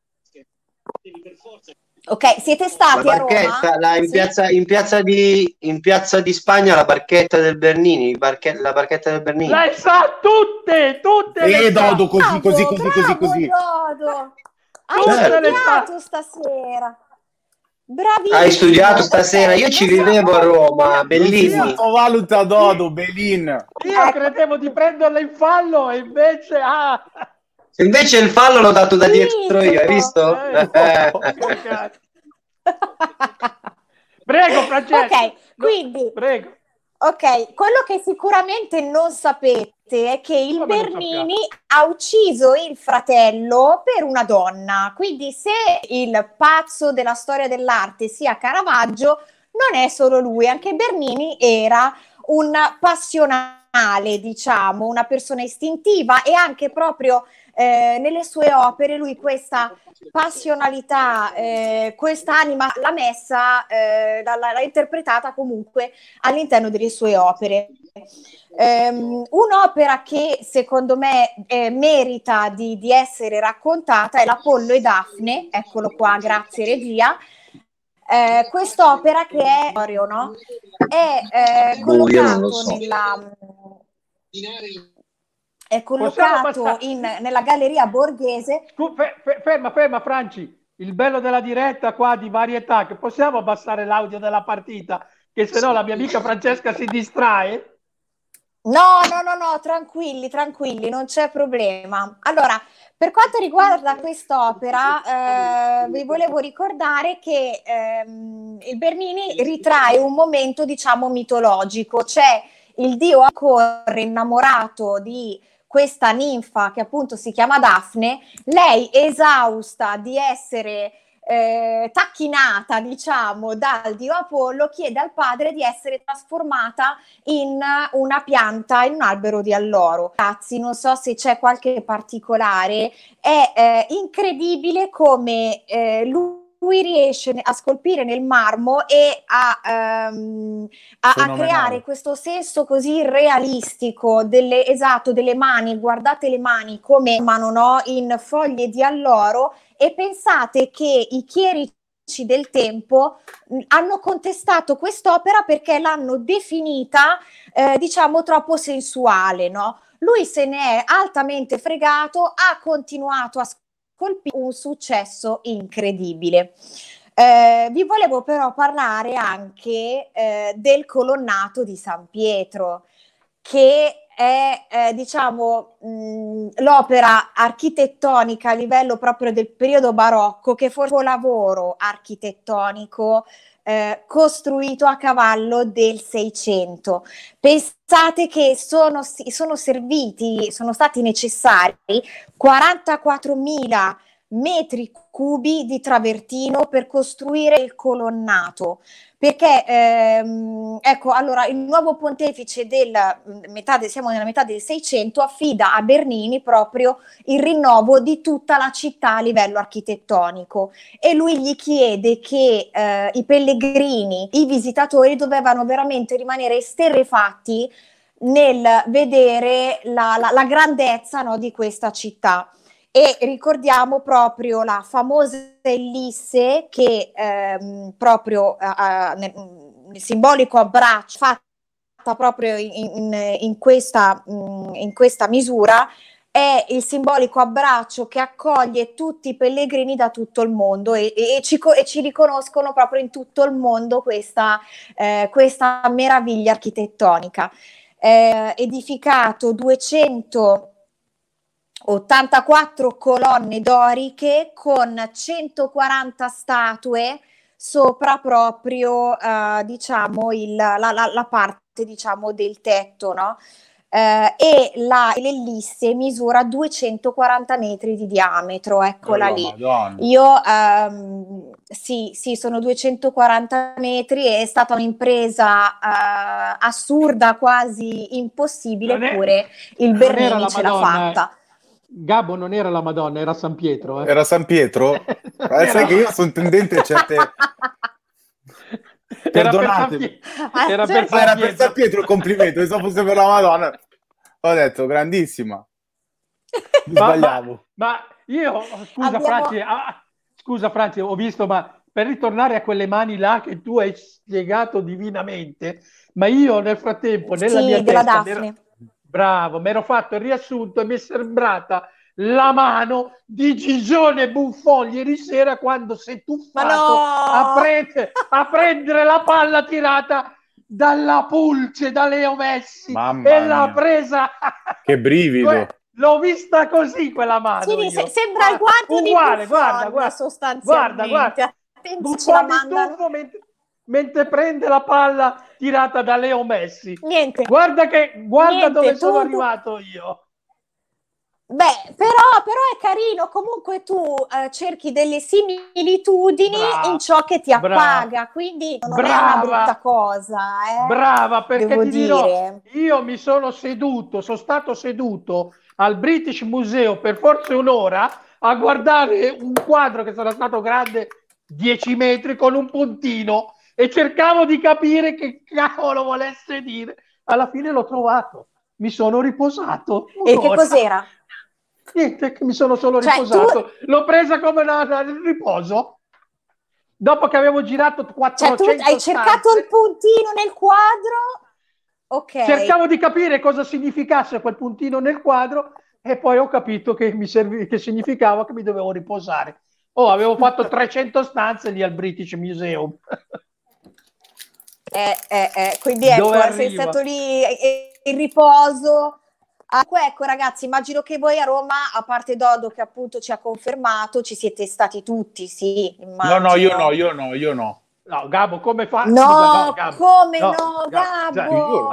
Ok, siete stati a Roma? In piazza di Spagna la barchetta del Bernini, la barchetta del Bernini. Lei sa tutte. Dodo, così. Dodo. Hai studiato stasera. Bravissimo. Hai studiato stasera? Io ci vivevo a Roma, bellissimo. Valuta Dodo, Belin. Io credevo di prenderla in fallo e invece Invece il fallo l'ho dato da dietro io, hai visto? Prego, Francesca. Ok, quindi prego. Ok, quello che sicuramente non sapete è che il Bernini ha ucciso il fratello per una donna. Quindi se il pazzo della storia dell'arte sia Caravaggio, non è solo lui, anche Bernini era un passionale, diciamo, una persona istintiva e anche proprio nelle sue opere lui questa passionalità, questa anima l'ha messa, l'ha interpretata comunque all'interno delle sue opere. Un'opera che secondo me merita di essere raccontata è l'Apollo e Dafne, eccolo qua, grazie regia. Quest'opera che è è collocato nella Galleria Borghese. Ferma Franci, il bello della diretta qua di varietà, che possiamo abbassare l'audio della partita, che sennò la mia amica Francesca si distrae? No, tranquilli, non c'è problema. Allora, per quanto riguarda quest'opera, vi volevo ricordare che il Bernini ritrae un momento, diciamo, mitologico. C'è il dio Acorre innamorato di questa ninfa che appunto si chiama Dafne. Lei, esausta di essere tacchinata, diciamo, dal dio Apollo, chiede al padre di essere trasformata in una pianta, in un albero di alloro. Ragazzi, non so se c'è qualche particolare, è incredibile come lui riesce a scolpire nel marmo e a creare questo senso così realistico delle mani. Guardate le mani come in foglie di alloro, e pensate che i chieri del tempo hanno contestato quest'opera perché l'hanno definita diciamo troppo sensuale, no? Lui se ne è altamente fregato, ha continuato a colpire un successo incredibile. Vi volevo però parlare anche del colonnato di San Pietro, che è diciamo l'opera architettonica a livello proprio del periodo barocco, che fu un lavoro architettonico costruito a cavallo del 600. Pensate che sono stati necessari 44.000 metri cubi di travertino per costruire il colonnato, perché ecco, allora il nuovo pontefice siamo nella metà del 600, affida a Bernini proprio il rinnovo di tutta la città a livello architettonico, e lui gli chiede che i pellegrini, i visitatori dovevano veramente rimanere esterrefatti nel vedere la grandezza, no, di questa città. E ricordiamo proprio la famosa ellisse che proprio nel simbolico abbraccio fatta proprio in questa misura, è il simbolico abbraccio che accoglie tutti i pellegrini da tutto il mondo e ci riconoscono proprio in tutto il mondo questa meraviglia architettonica. Edificato 284 colonne doriche con 140 statue sopra proprio diciamo la parte diciamo del tetto, no? E l'ellisse misura 240 metri di diametro, eccola lì. Madonna. Io sì, sono 240 metri, è stata un'impresa assurda, quasi impossibile, eppure il Bernini ce l'ha fatta. Gabbo non era la Madonna, era San Pietro. Era San Pietro? Sai che io sono tendente a certe... Perdonatemi. Era per San Pietro il complimento, se fosse per la Madonna. Ho detto, grandissima. Sbagliavo. Ma io, scusa Franci, ho visto, ma per ritornare a quelle mani là che tu hai spiegato divinamente, ma io nel frattempo, nella mia testa... Bravo, mi ero fatto il riassunto e mi è sembrata la mano di Gigione Buffon ieri sera quando si è tuffato a prendere la palla tirata dalla Pulce, da Leo Messi. Mamma e l'ha mia. Presa. Che brivido. L'ho vista così quella mano. Sì, sembra il guanto uguale, di Buffon, guarda, sostanzialmente. Guarda. Buffon in tuffo mentre prende la palla tirata da Leo Messi. Niente. Guarda dove sono arrivato io. Beh, però è carino, comunque tu cerchi delle similitudini in ciò che ti appaga, quindi non è una brutta cosa. Brava, perché devo ti dirò, io mi sono stato seduto al British Museum per forse un'ora a guardare un quadro che sarà stato grande 10 metri con un puntino e cercavo di capire che cavolo volesse dire. Alla fine l'ho trovato, mi sono riposato. E che cos'era? Niente, che mi sono solo riposato. L'ho presa come un riposo. Dopo che avevo girato 400 tu hai cercato il puntino nel quadro? Ok. Cercavo di capire cosa significasse quel puntino nel quadro e poi ho capito che che significava che mi dovevo riposare. Avevo fatto 300 stanze lì al British Museum. Quindi ecco, sei stato lì in riposo. Ecco ragazzi, immagino che voi a Roma, a parte Dodo che appunto ci ha confermato, ci siete stati tutti, sì, immagino. No, io no. No, Gabbo, come fa? No, Gabbo. Come no, Gabbo?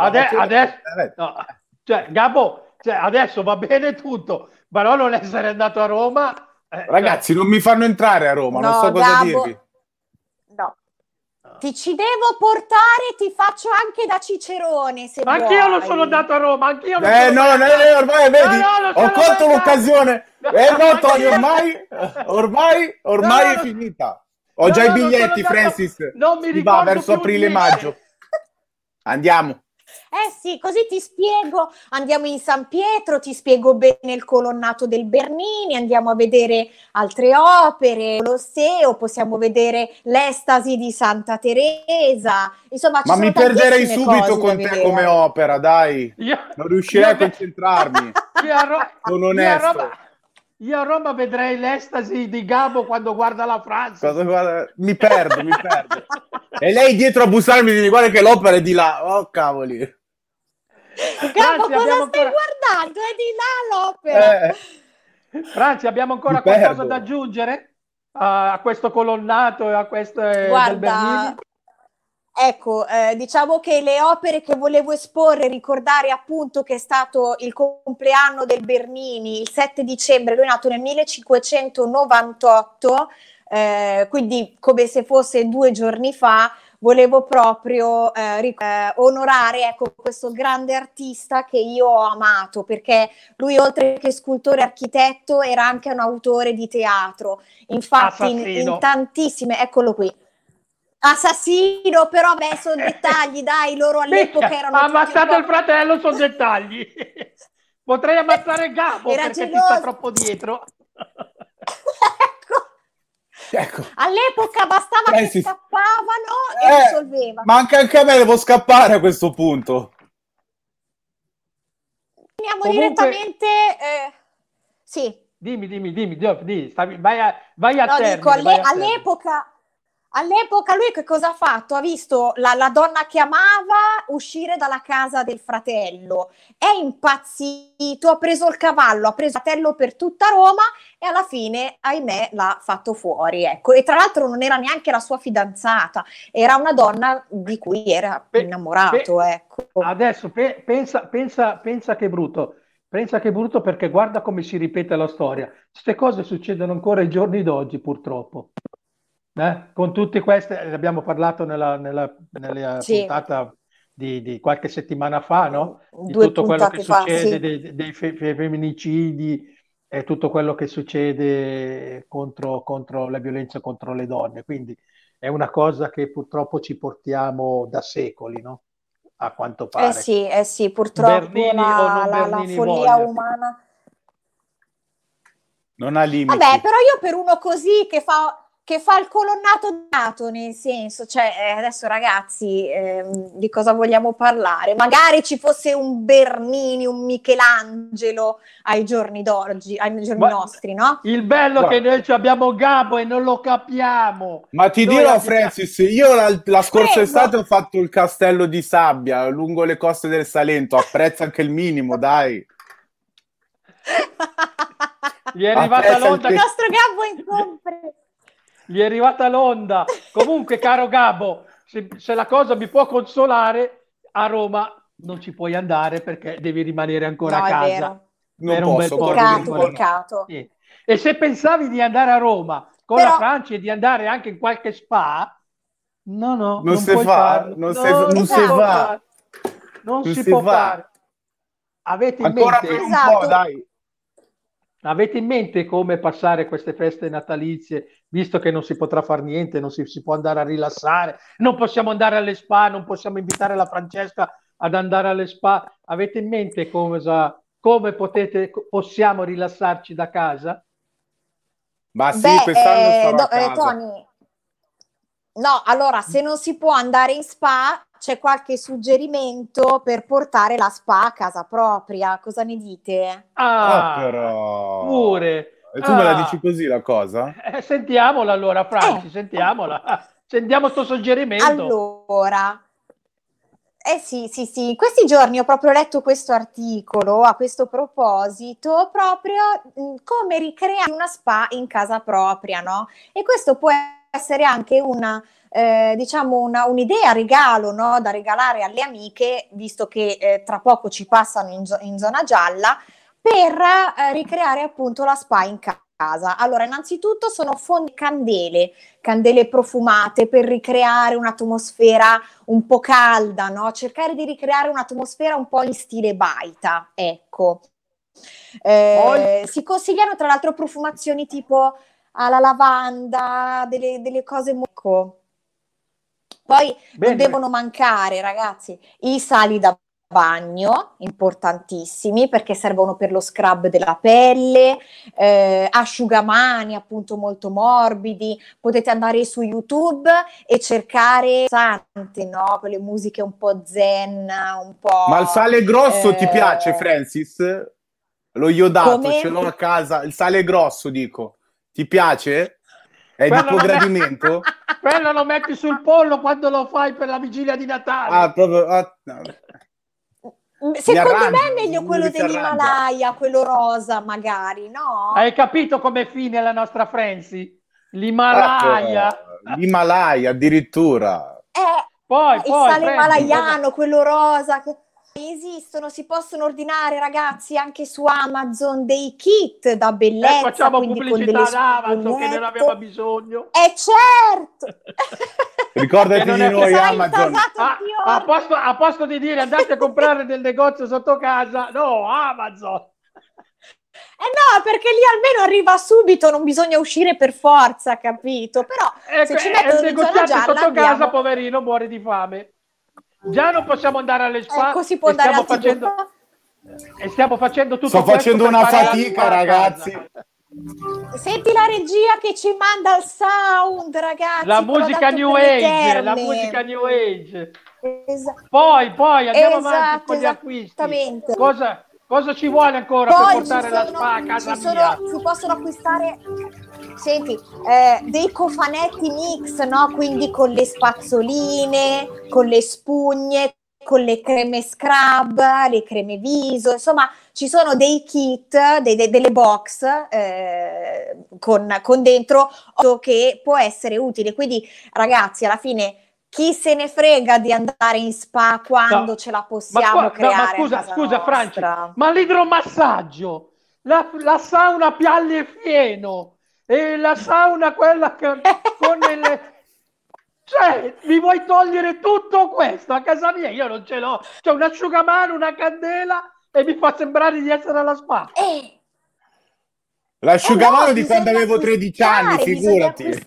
Gabbo, adesso va bene tutto, però non essere andato a Roma... Ragazzi, non mi fanno entrare a Roma, non so cosa dirvi. No. Ti ci devo portare, ti faccio anche da Cicerone, se vuoi. Anch'io non sono andato a Roma, anch'io non ormai vedi, ho colto l'occasione. No, Tony, ormai è finita. Ho già i biglietti, Francis. Non mi si va verso aprile-maggio. Andiamo. Sì, così ti spiego, andiamo in San Pietro, ti spiego bene il colonnato del Bernini, andiamo a vedere altre opere, il Colosseo, possiamo vedere l'Estasi di Santa Teresa, insomma ci Ma sono mi perderei tantissime subito cose con da te vedere. come opera, dai. Non riuscirei a concentrarmi. Sono onesto. Io a Roma vedrei l'estasi di Gabo quando guarda la Francia. Mi perdo. E lei dietro a bussarmi mi dice guarda che l'opera è di là. Oh cavoli. Gabo, cosa stai guardando? È di là l'opera. Franci, abbiamo ancora qualcosa da aggiungere a questo colonnato e a questo del Bernini? Ecco, diciamo che le opere che volevo esporre, ricordare appunto che è stato il compleanno del Bernini il 7 dicembre, lui è nato nel 1598, quindi come se fosse 2 giorni fa, volevo proprio onorare, ecco, questo grande artista che io ho amato, perché lui oltre che scultore e architetto era anche un autore di teatro, infatti in tantissime, eccolo qui. Assassino, però beh, sono dettagli, dai, loro all'epoca erano ha ammazzato il fratello, sono dettagli. Potrei ammazzare Gabo era perché geloso. ti sta troppo dietro. Ecco. All'epoca bastava che scappavano e risolveva. Ma anche a me devo scappare a questo punto. Andiamo direttamente. Sì. Dimmi. Vai a termine. Dico, all'epoca lui che cosa ha fatto? Ha visto la donna che amava uscire dalla casa del fratello, è impazzito, ha preso il cavallo, ha preso il fratello per tutta Roma e alla fine, ahimè, l'ha fatto fuori. Ecco. E tra l'altro non era neanche la sua fidanzata, era una donna di cui era innamorato. Ecco. Adesso pensa che è brutto. Pensa che è brutto perché guarda come si ripete la storia. Queste cose succedono ancora ai giorni d'oggi, purtroppo. Con tutte queste, ne abbiamo parlato nella puntata di qualche settimana fa, no? Di tutto quello che succede, dei femminicidi e tutto quello che succede contro la violenza contro le donne. Quindi è una cosa che purtroppo ci portiamo da secoli, no? A quanto pare. Sì, purtroppo Bernini o non la Bernini follia voglia. umana. Non ha limiti. Vabbè, però io per uno così che fa il colonnato dato, nel senso, cioè adesso ragazzi, di cosa vogliamo parlare? Magari ci fosse un Bernini, un Michelangelo ai giorni d'oggi, ai giorni nostri, no? Il bello è che noi abbiamo Gabo e non lo capiamo. Ma ti dirò, Francis, io la scorsa estate ho fatto il castello di sabbia lungo le coste del Salento, apprezza anche il minimo, dai. Gli è arrivata l'onda. Il nostro Gabbo in compre. Gli è arrivata l'onda. Comunque, caro Gabbo, se la cosa mi può consolare, a Roma non ci puoi andare perché devi rimanere ancora a casa. Non posso. Peccato. Sì. E se pensavi di andare a Roma con la Francia e di andare anche in qualche spa, non si puoi farlo. Non si può fare. Avete in ancora mente? Per un po', dai. Avete in mente come passare queste feste natalizie, visto che non si potrà fare niente, non si può andare a rilassare, non possiamo andare alle spa, non possiamo invitare la Francesca ad andare alle spa? Avete in mente come possiamo rilassarci da casa? Ma sì, quest'anno starò a casa. Tony, no, allora se non si può andare in spa, c'è qualche suggerimento per portare la spa a casa propria, cosa ne dite? Però pure. E tu me la dici così la cosa? Sentiamola allora, Franci, sentiamola. Sentiamo sto suggerimento. Allora, sì, in questi giorni ho proprio letto questo articolo a questo proposito, proprio come ricreare una spa in casa propria, no? E questo può essere anche un'idea, regalo, no? Da regalare alle amiche, visto che tra poco ci passano in zona gialla, per ricreare appunto la spa in casa. Allora, innanzitutto sono candele profumate per ricreare un'atmosfera un po' calda, no? Cercare di ricreare un'atmosfera un po' in stile baita, ecco. Si consigliano tra l'altro profumazioni tipo alla lavanda, delle cose molto... Poi non devono mancare, ragazzi, i sali da bagno, importantissimi, perché servono per lo scrub della pelle, asciugamani appunto molto morbidi. Potete andare su YouTube e cercare sante, no? Quelle musiche un po' zen, un po'... Ma il sale grosso ti piace, Francis? Lo iodato, come? ce l'ho a casa. Il sale grosso, dico. Ti piace? È di tuo gradimento? Quello lo metti sul pollo quando lo fai per la vigilia di Natale. Ah, proprio... no. Secondo me è meglio quello dell'Himalaya, quello rosa magari, no? Hai capito come fine la nostra Franci? L'Himalaya. L'Himalaya addirittura. Poi, il sale himalayano, quello rosa. Esistono, si possono ordinare, ragazzi, anche su Amazon dei kit da bellezza. Facciamo pubblicità ad Amazon che non abbiamo bisogno. Certo! Ricordati di noi, Amazon. A posto di dire andate a comprare del negozio sotto casa, no, Amazon. No, perché lì almeno arriva subito, non bisogna uscire per forza, capito? Però se ci mettono il negoziante sotto casa, poverino, muore di fame. Già non possiamo andare alle spa. Ecco, si può andare e stiamo facendo tutto. Sto facendo una fatica, ragazzi. Senti la regia che ci manda il sound, ragazzi. La musica New Age, la musica New Age. Poi andiamo avanti con gli acquisti. Cosa ci vuole ancora per portare la spa a casa mia? Si possono acquistare, senti, dei cofanetti mix, no? Quindi con le spazzoline, con le spugne, con le creme scrub, le creme viso, insomma ci sono dei kit, delle box con dentro che può essere utile. Quindi ragazzi, alla fine chi se ne frega di andare in spa quando ce la possiamo creare? Scusa Franci, ma l'idromassaggio, la sauna pialle e fieno e la sauna quella con il... Cioè, mi vuoi togliere tutto questo a casa mia? Io non ce l'ho. C'è un asciugamano, una candela e mi fa sembrare di essere alla spa. L'asciugamano di quando avevo 13 anni, figurati.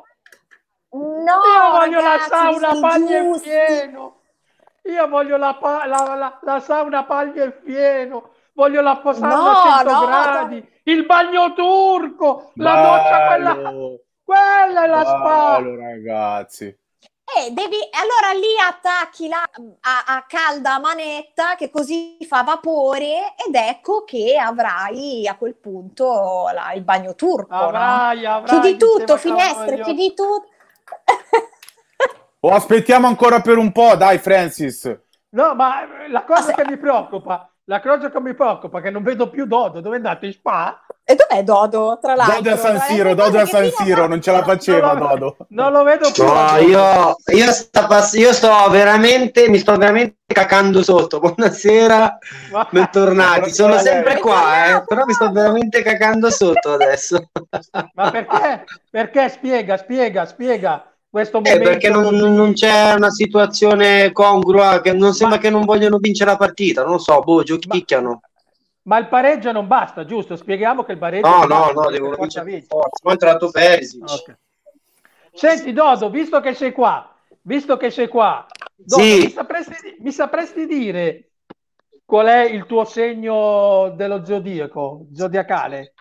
Io voglio la sauna paglia e fieno. Io voglio la sauna paglia e fieno. Voglio la sauna a 100 gradi. Il bagno turco. La doccia quella è la spa. Ragazzi. Allora lì attacchi a calda manetta che così fa vapore ed ecco che avrai a quel punto il bagno turco. Avrai, chiudi tutto, finestre, chiudi tutto. O aspettiamo ancora per un po', dai Francis. No, ma la cosa che mi preoccupa è che non vedo più Dodo. Dove è andato? In spa? E dov'è Dodo, tra l'altro? Dodo a San Siro, non ce la faceva Dodo. Non lo vedo più. No, io sto veramente, mi sto veramente cacando sotto. Buonasera, bentornati. Sono sempre qua, però mi sto veramente cacando sotto adesso. Ma perché? Perché? Spiega. Questo momento perché non c'è una situazione congrua, che non sembra che non vogliono vincere la partita, non lo so, giochicchiano. Ma il pareggio non basta, giusto? Spieghiamo che il pareggio no, devono vincere forza. Poi è entrato Perisic. Okay. Senti Dodo, visto che sei qua, Dodo, sì. mi sapresti dire qual è il tuo segno dello zodiacale?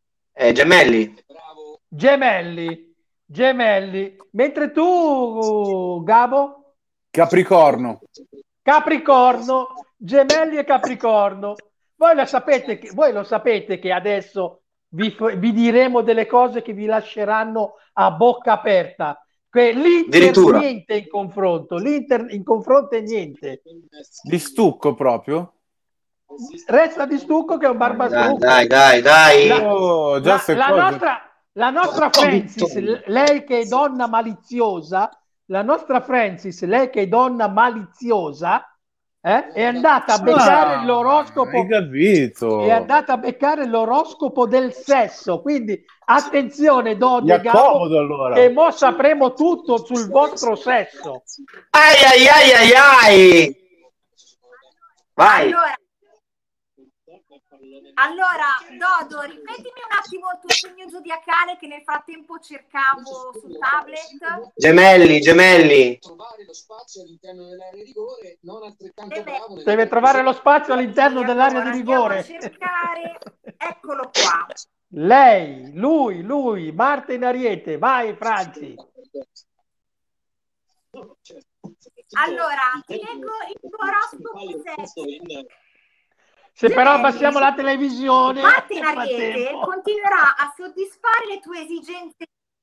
Gemelli. Mentre tu, Gabo? Capricorno, Gemelli e Capricorno. Voi lo sapete che adesso vi diremo delle cose che vi lasceranno a bocca aperta. L'Inter niente in confronto. L'Inter in confronto è niente. Di stucco proprio? Resta di stucco che è un barbastucco. Dai. La nostra Francis, lei che è donna maliziosa, è andata a beccare l'oroscopo. Hai capito? È andata a beccare l'oroscopo del sesso. Quindi attenzione, Dodo e Gabo, allora. che mo sapremo tutto sul vostro sesso. Ai. Vai. Allora, Allora, Dodo, ripetimi un attimo il tuo segno zodiacale che nel frattempo cercavo sul tablet. Gemelli. Trovare lo spazio all'interno dell'area di rigore, non altrettanto bravo. Deve trovare lo spazio all'interno dell'area di rigore. Andiamo a cercare. Eccolo qua. Lei, lui, Marte in Ariete. Vai, Franci. Allora, ti leggo il tuo oroscopo. Se però abbassiamo la televisione, Marte in Ariete continuerà a soddisfare le tue esigenze.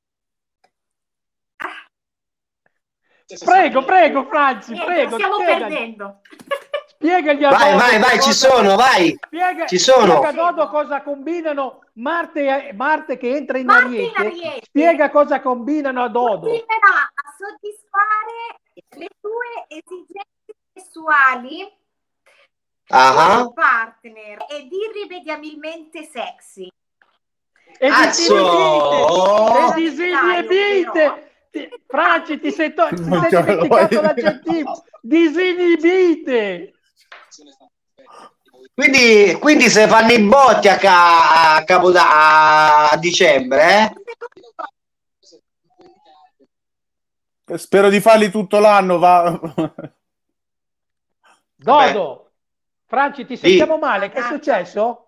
Prego, Franci, prego. Stiamo perdendo. Spiegagli a vai, ci sono, vai. Ci sono. Spiega Dodo cosa combinano Marte che entra in Ariete. Spiega cosa combinano a Dodo. Continuerà a soddisfare le tue esigenze sessuali partner ed irrimediabilmente sexy. E disinibite. Franci, ti sei dimenticato l'aggettivo. Disinibite. Quindi se fanno i botti a dicembre, Spero di farli tutto l'anno, va. Dodo, Franci, ti sentiamo male, che è successo?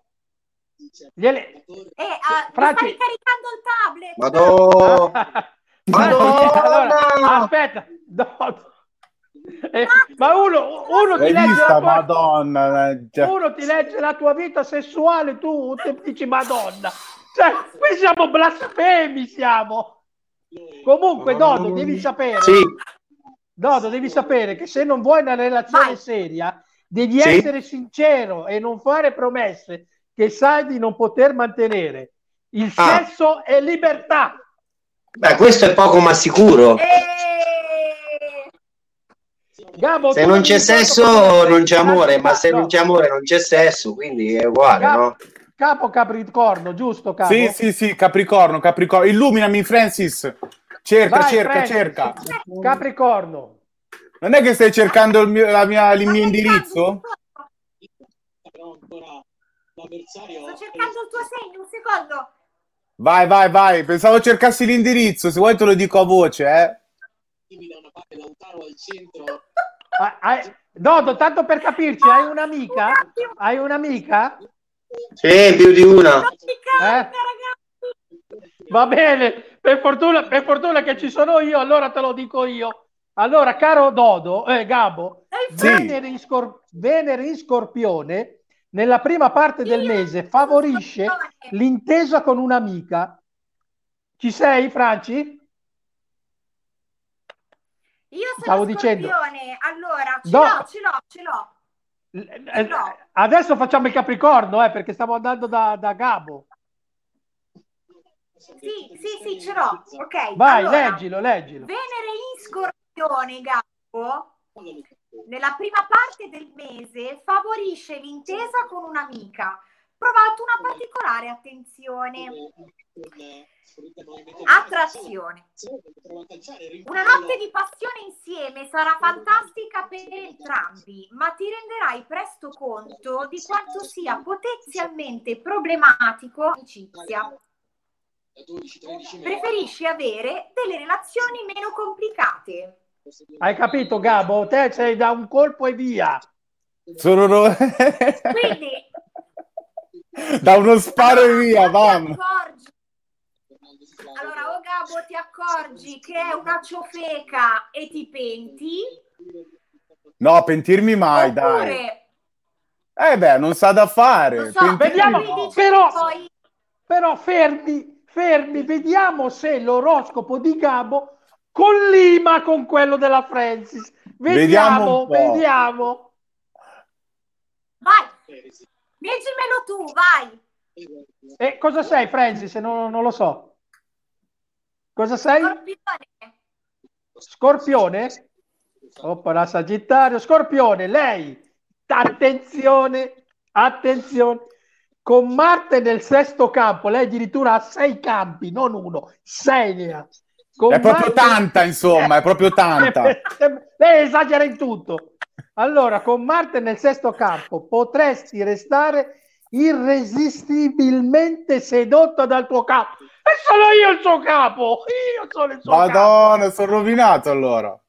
Franci, stai caricando il tablet. Madonna. Aspetta, Dodo. Ma uno ti legge uno ti legge la tua vita sessuale, tu ti dici Madonna. Cioè, qui siamo blasfemi, siamo. Comunque, Dodo, devi sapere. Sì. Dodo, devi sapere che se non vuoi una relazione seria, devi essere sincero e non fare promesse che sai di non poter mantenere. Il sesso è libertà. Beh, questo è poco ma sicuro. Gabo, se non c'è sesso non c'è amore, ma se non c'è amore non c'è sesso, quindi è uguale, no? Capo Capricorno, giusto, Capo? Sì, Capricorno. Illuminami, Francis. Cerca. Capricorno. Non è che stai cercando il mio indirizzo? Sto cercando il tuo segno, un secondo. Vai. Pensavo cercassi l'indirizzo, se vuoi te lo dico a voce, Dodo, tanto per capirci, hai un'amica? Hai un'amica? Sì, più di una. Va bene, per fortuna che ci sono io, allora te lo dico io. Allora, caro Dodo, Gabo, Venere in Scorpione nella prima parte del mese favorisce l'intesa con un'amica. Ci sei, Franci? Io sono Scorpione, allora ce l'ho. Adesso facciamo il Capricorno, perché stiamo andando da Gabo. Sì, ce l'ho. Ok. Vai, allora, leggilo. Venere in Scorpione, Gabo, nella prima parte del mese favorisce l'intesa con un'amica. Provate una particolare attenzione. Attrazione. Una notte di passione insieme sarà fantastica per entrambi, ma ti renderai presto conto di quanto sia potenzialmente problematico l'amicizia. Preferisci avere delle relazioni meno complicate. Hai capito, Gabo? Te sei da un colpo e via. Quindi da uno sparo e via, bam. Allora, Gabo, ti accorgi che è una ciofeca e ti penti? No, pentirmi mai, oppure... dai. Non sa da fare. Vediamo, però fermi, vediamo se l'oroscopo di Gabo collima con quello della Francis. Vediamo. Vai, leggimelo tu, vai. E cosa sei, Francis? Non lo so. Cosa sei? Scorpione? Opera Sagittario. Scorpione, lei. Attenzione. Con Marte nel sesto campo, lei addirittura ha 6 campi, non 1, 6 ne ha. È proprio tanta, insomma, è proprio tanta. Lei esagera in tutto. Allora, con Marte nel sesto campo potresti restare irresistibilmente sedotta dal tuo capo. E sono io il suo capo! Io sono il suo Madonna, capo! sono rovinato allora.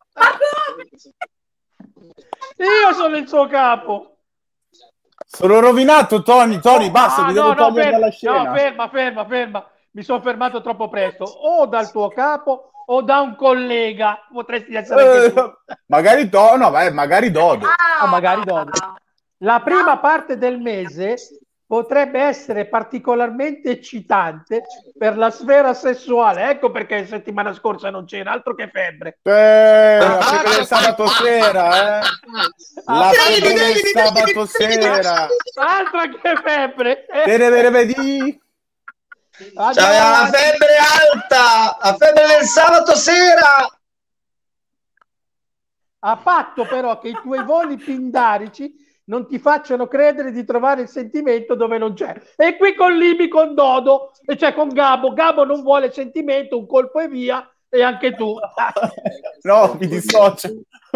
Io sono il suo capo! Sono rovinato, Tony, basta, mi devo togliere dalla scena. No, ferma. Mi sono fermato troppo presto. O dal tuo capo o da un collega. Potresti essere anche tu. Magari magari Dodo. Magari Dodo. La prima parte del mese potrebbe essere particolarmente eccitante per la sfera sessuale. Ecco perché settimana scorsa non c'era altro che febbre. La febbre del sabato sera, La febbre del sabato sera. Altro che febbre. Vedi? C'aveva la febbre alta, la febbre del sabato sera. A patto però che i tuoi voli pindarici non ti facciano credere di trovare il sentimento dove non c'è. E qui collimi con Dodo, e cioè con Gabo. Gabo non vuole sentimento, un colpo e via, e anche tu. No, mi dissocio.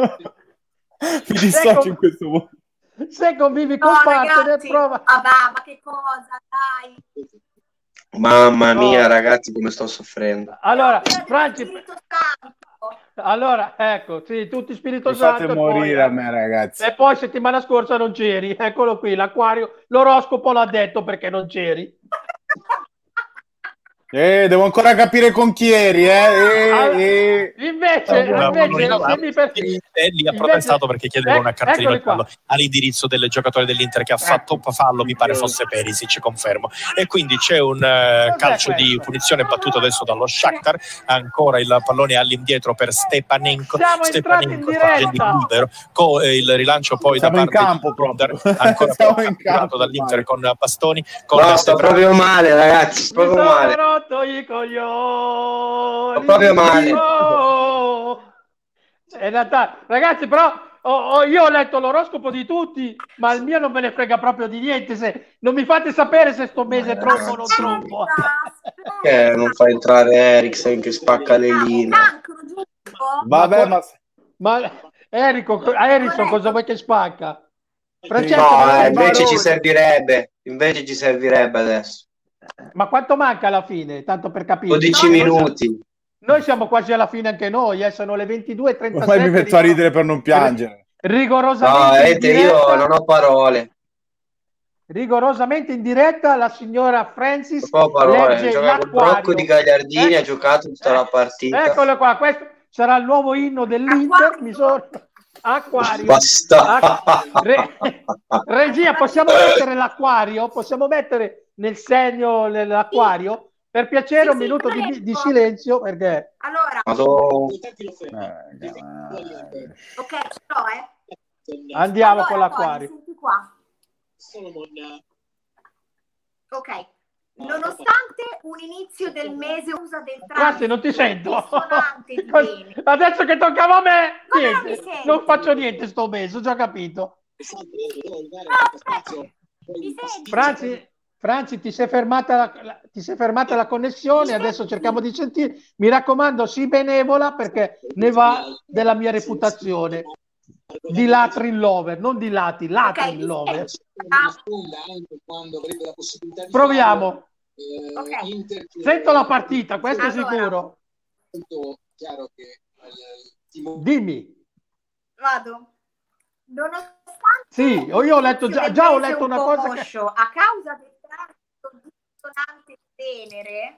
In questo modo. Se convivi con partner, prova. Ma che cosa, dai. Mamma mia, ragazzi, come sto soffrendo. Allora, Franci... Allora, ecco, sì, tutti Spirito Santo. Fate morire poi, a me, ragazzi. E poi settimana scorsa non c'eri, eccolo qui, l'acquario, l'oroscopo l'ha detto perché non c'eri. Devo ancora capire con chi eri, Invece lì ha protestato perché chiedeva una cartellina all'indirizzo del giocatore dell'Inter che ha fatto fallo, mi pare fosse Perisic, confermo. E quindi c'è un calcio di punizione battuto adesso dallo Shakhtar, ancora il pallone all'indietro per Stepanenko libero, con il rilancio poi siamo da parte in campo proprio. ancora catturato dall'Inter con Bastoni. Sto proprio male, ragazzi, proprio male. I coglioni, proprio male. È Natale, ragazzi, però io ho letto l'oroscopo di tutti, ma il mio non me ne frega proprio di niente. Se non mi fate sapere se sto mese troppo o non troppo. Non fa entrare Eriksen che spacca le linee. Vabbè, ma Eriksen cosa vuoi che spacca? No, invece ci servirebbe adesso. Ma quanto manca alla fine? Tanto per capire. 12 minuti. Noi siamo quasi alla fine anche noi, sono le 22:37. Ormai mi metto a ridere per non piangere. Rigorosamente io non ho parole. Rigorosamente in diretta la signora Francis legge l'acquario. Brocco di Gagliardini ha giocato tutta la partita. Eccolo qua, questo sarà il nuovo inno dell'Inter. Acquario. Basta. Regia, possiamo mettere l'acquario? Possiamo mettere nel segno l'acquario? Per piacere, un minuto di silenzio, perché... Allora... Ok, andiamo con l'acquario. Senti qua. Ok. Nonostante un inizio del mese usa del Grazie, non ti sento. Di adesso che toccava a me, niente, non faccio niente sto mese, ho già capito. Franci, ti sei fermata la connessione, adesso cerchiamo di sentire. Mi raccomando, sii benevola perché ne va della mia reputazione di Latrin Lover, non di Latrin Lover. Proviamo. Sento la partita, questo è sicuro. Dimmi. Vado. Nonostante sì, io ho letto già ho letto una cosa che... a causa del transito dissonante Venere,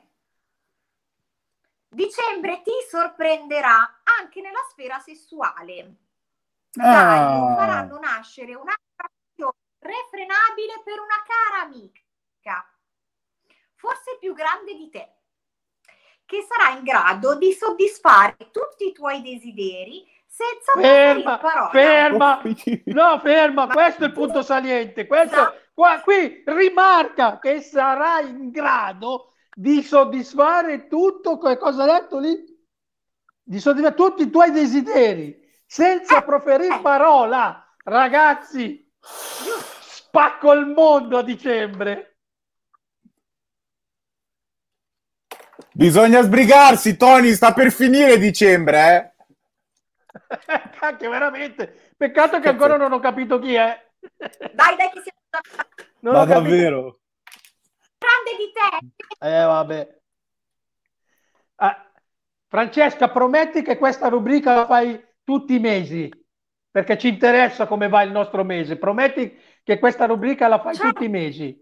dicembre ti sorprenderà anche nella sfera sessuale. Faranno nascere un'attrazione refrenabile per una cara amica, forse più grande di te, che sarà in grado di soddisfare tutti i tuoi desideri senza ferma. No, ferma, questo è il punto saliente. Questo qui rimarca che sarà in grado di soddisfare tutto, cosa ha detto lì? Di soddisfare tutti i tuoi desideri senza proferire parola. Ragazzi, spacco il mondo a dicembre. Bisogna sbrigarsi, Tony, sta per finire dicembre, Cacchio, veramente. Peccato che ancora non ho capito chi è. Dai, che siamo... Ma davvero? Grande di te. Vabbè. Francesca, prometti che questa rubrica la fai tutti i mesi, perché ci interessa come va il nostro mese. Prometti che questa rubrica la fai tutti i mesi.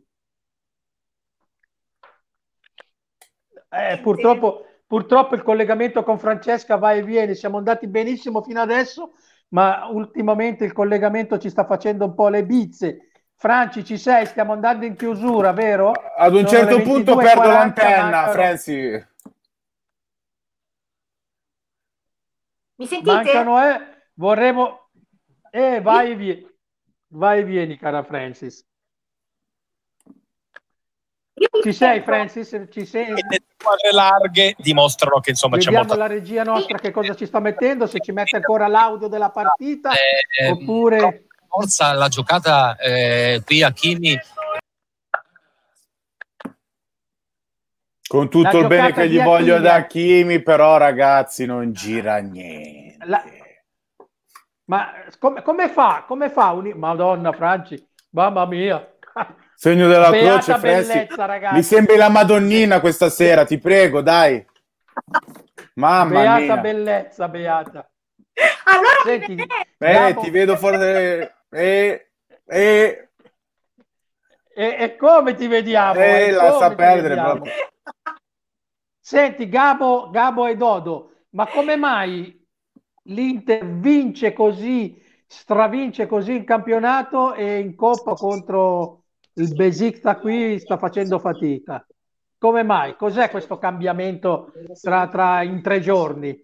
Purtroppo il collegamento con Francesca va e viene. Siamo andati benissimo fino adesso, ma ultimamente il collegamento ci sta facendo un po' le bizze. Franci, ci sei? Stiamo andando in chiusura, vero? Ad un certo punto perdo l'antenna, Franci. Mi sentite? Mancano, vorremmo... vai e vieni, cara Francis. Ci sei, Francis? Ci sei? Le squadre larghe dimostrano che insomma Vediamo c'è molta... la regia nostra che cosa ci sta mettendo, se ci mette ancora l'audio della partita oppure... Forza la giocata qui Hakimi. Con tutto il bene che gli voglio da Hakimi, però ragazzi non gira niente. Ma come fa? Madonna Franci, mamma mia. Segno della croce, Franci. Mi sembri la Madonnina questa sera, ti prego, dai. Mamma mia. Bellezza, beata. Allora senti, ti vedo forse... E come ti vediamo? Lascia perdere proprio. Senti, Gabo e Dodo, ma come mai l'Inter vince così, stravince così in campionato e in Coppa contro il Besiktas qui sta facendo fatica? Come mai? Cos'è questo cambiamento in 3 giorni?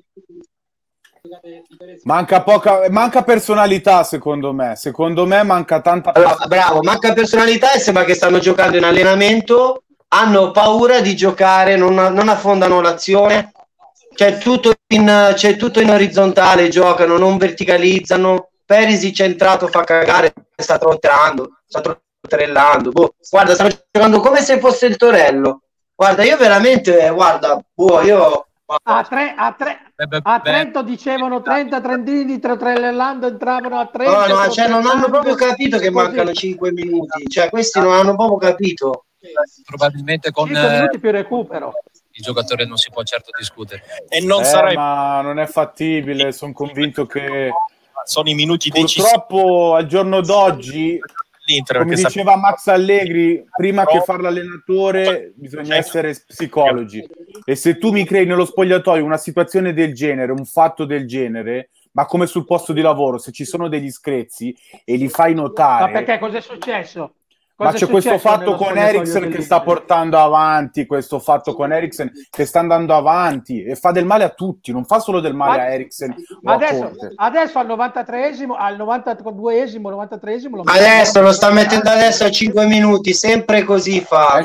Manca personalità, secondo me manca tanta bravo, manca personalità e sembra che stanno giocando in allenamento, hanno paura di giocare, non affondano l'azione, c'è tutto in orizzontale, giocano, non verticalizzano. Perisic centrato fa cagare, sta trotterellando, guarda, stanno giocando come se fosse il Torello, guarda, io veramente a Trento dicevano 30 trentini, trotterellando entravano a Trento. No, cioè non hanno proprio capito che mancano 5 minuti, cioè questi non hanno proprio capito. Probabilmente con 5 minuti più recupero. Il giocatore non si può certo discutere. E non ma non è fattibile, sono convinto che sono i minuti decisivi. Purtroppo al giorno d'oggi, come diceva Max Allegri, prima che fare l'allenatore bisogna essere psicologi, e se tu mi crei nello spogliatoio una situazione del genere, un fatto del genere, ma come sul posto di lavoro, se ci sono degli screzi e li fai notare... Ma perché? Cos'è successo? Ma c'è questo fatto con Eriksen che sta portando avanti, questo fatto con Eriksen che sta andando avanti e fa del male a tutti, non fa solo del male a Eriksen. Ma adesso al 93esimo, al 92esimo, 93esimo... Adesso lo sta mettendo adesso a 5 minuti, sempre così fa.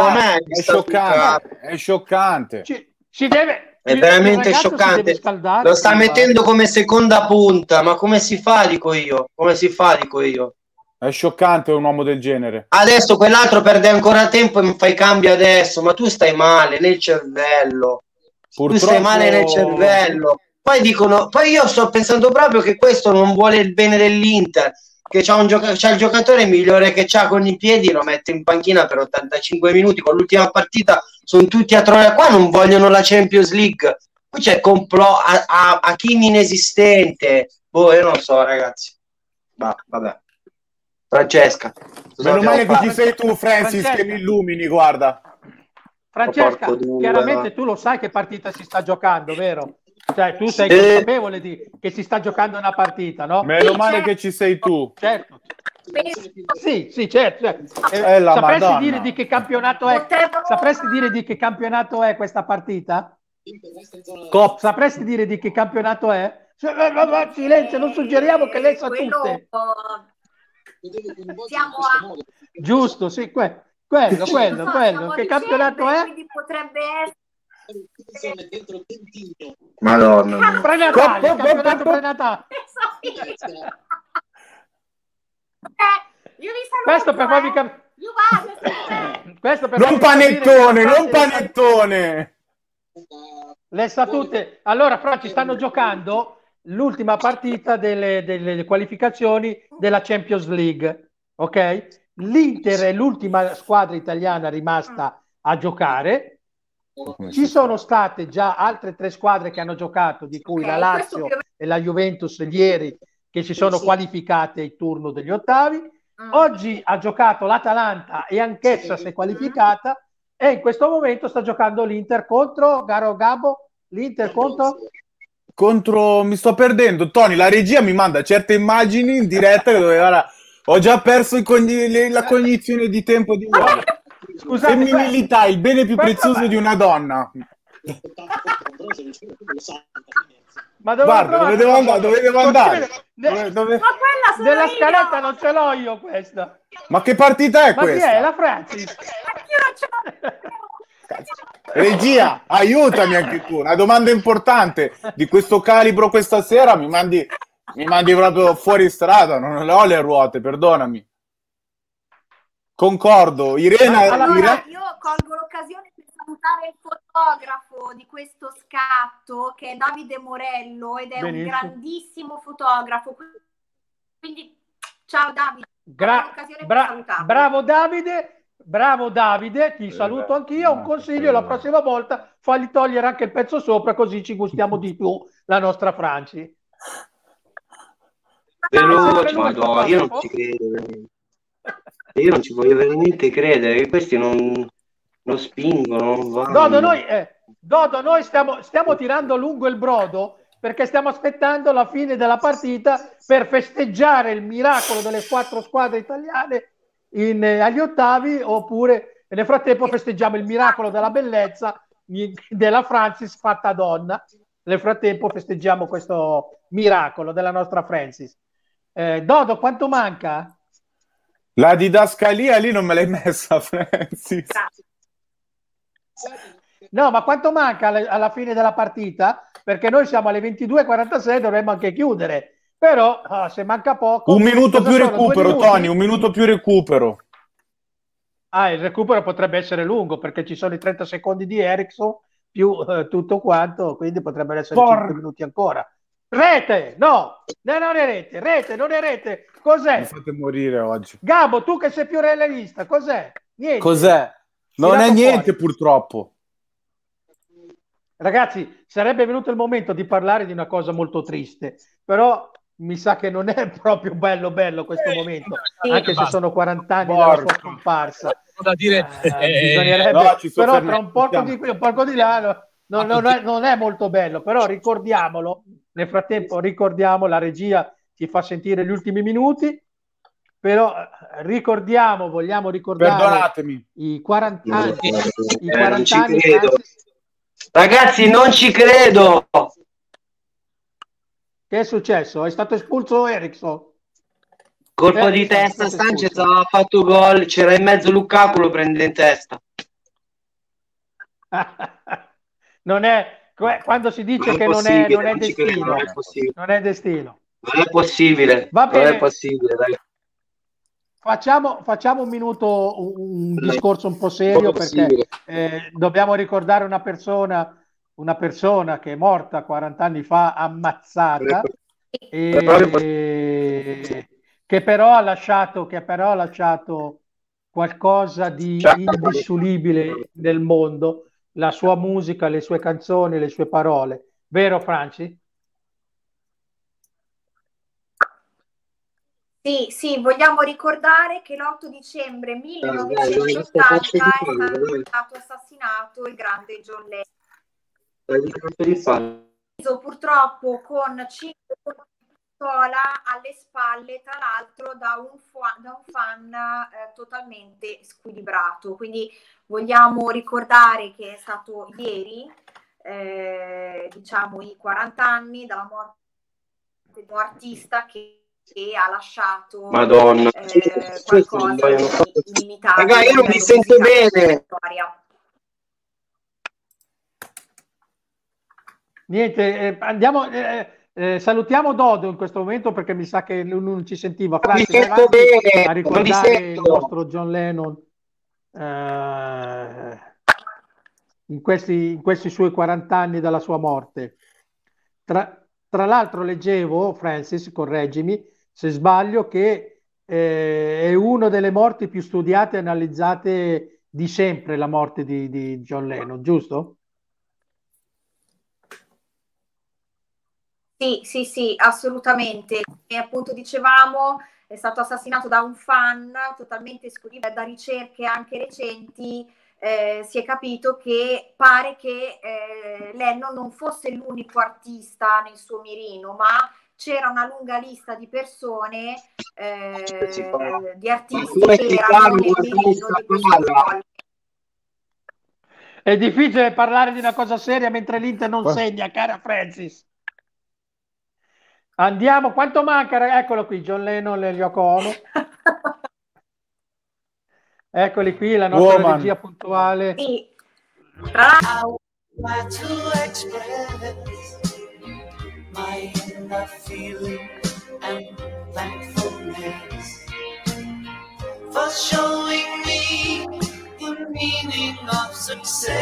È scioccante. È veramente scioccante. Lo sta mettendo come seconda punta, ma come si fa, dico io? È scioccante un uomo del genere. Adesso quell'altro perde ancora tempo e fai cambio adesso, ma tu stai male nel cervello. Tu stai male nel cervello. Poi io sto pensando proprio che questo non vuole il bene dell'Inter, che c'ha il giocatore migliore che c'ha con i piedi, lo mette in panchina per 85 minuti, con l'ultima partita sono tutti a trovare, qua non vogliono la Champions League, qui c'è complotto a Kimi inesistente, io non so ragazzi, vabbè. Francesca, meno male che ci sei tu, Francis, che mi illumini, guarda. Francesca, chiaramente tu lo sai che partita si sta giocando, vero? Cioè tu sei consapevole che si sta giocando una partita, no? Meno male che ci sei tu. Certo. Sì, certo. Sapresti dire di che campionato è? Sapresti dire di che campionato è questa partita? Sapresti dire di che campionato è? Silenzio, non suggeriamo che lei sa tutte. Giusto, sì, quello. Che campionato è? Potrebbe essere Madonna. Prenatale, campionato prenatale. Questo per farvi non panettone. Le sa tutte. Allora, Franci, stanno giocando l'ultima partita delle qualificazioni della Champions League, ok? L'Inter è l'ultima squadra italiana rimasta a giocare. Ci sono state già altre 3 squadre che hanno giocato, di cui la Lazio e la Juventus ieri, che si sono qualificate ai turno degli ottavi. Oggi ha giocato l'Atalanta e anch'essa si è qualificata, e in questo momento sta giocando l'Inter contro, caro Gabbo, l'Inter contro mi sto perdendo, Tony, la regia mi manda certe immagini in diretta che doveva... Ho già perso la cognizione di tempo di uomo. Scusate, femminilità, il bene più prezioso di una donna. Ma dove devo andare? Nella scaletta non ce l'ho io questa. Ma che partita è questa? Ma chi è? La Francis? Regia, aiutami anche tu. Una domanda importante di questo calibro questa sera mi mandi proprio fuori strada, non ho le ruote, perdonami. Concordo. Irene, allora, io colgo l'occasione per salutare il fotografo di questo scatto, che è Davide Morello, ed è un grandissimo fotografo. Quindi ciao Davide. Bravo Davide, ti saluto anch'io. Un consiglio: la prossima volta fagli togliere anche il pezzo sopra, così ci gustiamo di più la nostra Franci. Veloce, Madonna, io non ci credo. Io non ci voglio veramente credere che questi non spingono, non vanno. Dodo, noi stiamo tirando lungo il brodo, perché stiamo aspettando la fine della partita per festeggiare il miracolo delle 4 squadre italiane agli ottavi, oppure nel frattempo festeggiamo il miracolo della bellezza della Francis fatta donna. Nel frattempo festeggiamo questo miracolo della nostra Francis. Dodo, quanto manca? La didascalia lì non me l'hai messa, Francis. No, ma quanto manca alla fine della partita? Perché noi siamo alle 22:46, dovremmo anche chiudere. Però se manca poco... Un minuto più recupero, Tony, un minuto più recupero. Il recupero potrebbe essere lungo, perché ci sono i 30 secondi di Eriksson più tutto quanto, quindi potrebbero essere 5 minuti ancora. Rete! No! Non è rete! Cos'è? Mi fate morire oggi. Gabbo, tu che sei più realista, cos'è? Niente. Cos'è? Non è niente, purtroppo. Ragazzi, sarebbe venuto il momento di parlare di una cosa molto triste, però mi sa che non è proprio bello questo momento, anche se sono 40 anni dalla sua scomparsa. Da dire, però tra un poco di qui, un poco di là, non è molto bello, però ricordiamolo. Nel frattempo la regia ci fa sentire gli ultimi minuti, però vogliamo ricordare perdonatemi, i 40 anni. Ragazzi, non ci credo. Che è successo? È stato espulso Eriksson? Colpo di testa, Sanchez ha fatto gol, c'era in mezzo Lukaku, lo prende in testa. Non è, quando si dice che non è destino, non è destino. Non è possibile. Va bene. Non è possibile, dai. Facciamo un minuto un discorso un po' serio, perché dobbiamo ricordare una persona che è morta 40 anni fa, ammazzata, che però ha lasciato qualcosa di indissolubile nel mondo: la sua musica, le sue canzoni, le sue parole. Vero, Franci? Sì, vogliamo ricordare che l'8 dicembre 1980 è stato assassinato il grande John Lennon, purtroppo con 5 colpi di pistola alle spalle, tra l'altro da un fan totalmente squilibrato. Quindi vogliamo ricordare che è stato ieri, i 40 anni dalla morte di un artista che ha lasciato Madonna, qualcosa di inimmaginabile. Raga, io non mi sento bene. Niente, andiamo, salutiamo Dodo in questo momento, perché mi sa che non ci sentiva. Mi sento bene, a ricordare il nostro John Lennon in questi suoi 40 anni dalla sua morte. Tra l'altro leggevo, Francis, correggimi se sbaglio, che è uno una delle morti più studiate e analizzate di sempre, la morte di John Lennon, giusto? Sì, assolutamente. E appunto dicevamo, è stato assassinato da un fan totalmente escludibile. Da ricerche anche recenti si è capito che pare che Lennon non fosse l'unico artista nel suo mirino, ma c'era una lunga lista di persone, di artisti che erano nel mirino di questo gol. È difficile parlare di una cosa seria mentre l'Inter non segna, cara Francis. Andiamo, quanto manca? Eccolo qui, John Lennon e Yoko Ono. Eccoli qui, la nostra regia puntuale. Sì. My inner feeling and thankfulness for showing me the meaning of success.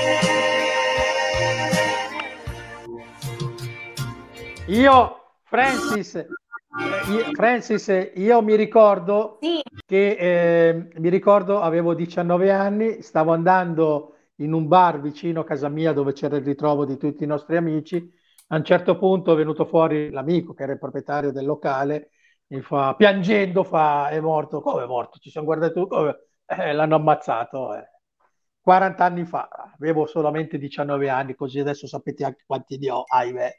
Francis, io mi ricordo che avevo 19 anni, stavo andando in un bar vicino a casa mia dove c'era il ritrovo di tutti i nostri amici. A un certo punto è venuto fuori l'amico che era il proprietario del locale, mi fa, piangendo, è morto. Come è morto? Ci siamo guardati tutti, l'hanno ammazzato 40 anni fa, avevo solamente 19 anni, così adesso sapete anche quanti ne ho, ahimè.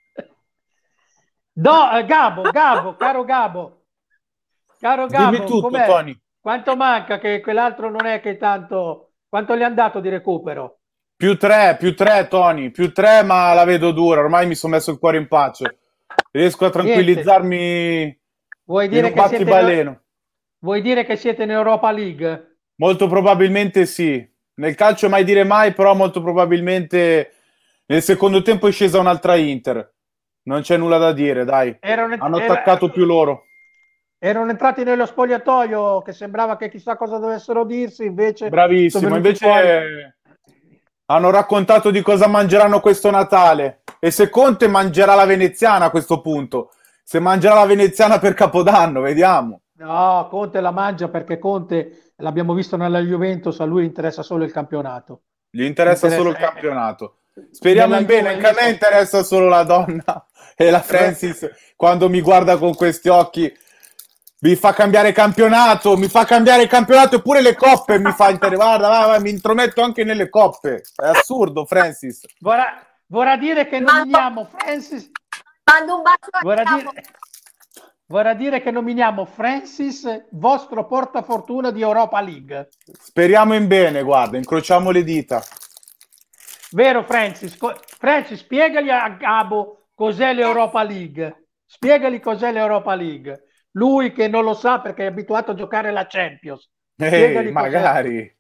Gabo, caro Gabo, dimmi tutto, com'è? Tony. Quanto manca, che quell'altro non è che tanto, quanto gli è andato di recupero? Più 3, Tony, più 3, ma la vedo dura, ormai mi sono messo il cuore in pace. Riesco a tranquillizzarmi. Vuoi dire che siete in Europa League? Molto probabilmente sì. Nel calcio mai dire mai, però molto probabilmente nel secondo tempo è scesa un'altra Inter. Non c'è nulla da dire, dai. Hanno attaccato più loro. Erano entrati nello spogliatoio che sembrava che chissà cosa dovessero dirsi, invece... Bravissimo, invece... Hanno raccontato di cosa mangeranno questo Natale. E se Conte mangerà la veneziana a questo punto. Se mangerà la veneziana per Capodanno, vediamo. No, Conte la mangia perché Conte, l'abbiamo visto nella Juventus, a lui interessa solo il campionato. Gli interessa solo il campionato. Speriamo in bene, anche a me interessa solo la donna. E la Francis, quando mi guarda con questi occhi, mi fa cambiare campionato, e pure le coppe mi fa guarda, mi intrometto anche nelle coppe. È assurdo, Francis. Vorrà dire che nominiamo Francis. Mando un bacio vorrà dire che nominiamo Francis vostro portafortuna di Europa League. Speriamo in bene, guarda, incrociamo le dita. Vero Francis, spiegali a Gabo cos'è l'Europa League. Spiegali cos'è l'Europa League. Lui che non lo sa perché è abituato a giocare la Champions. Magari.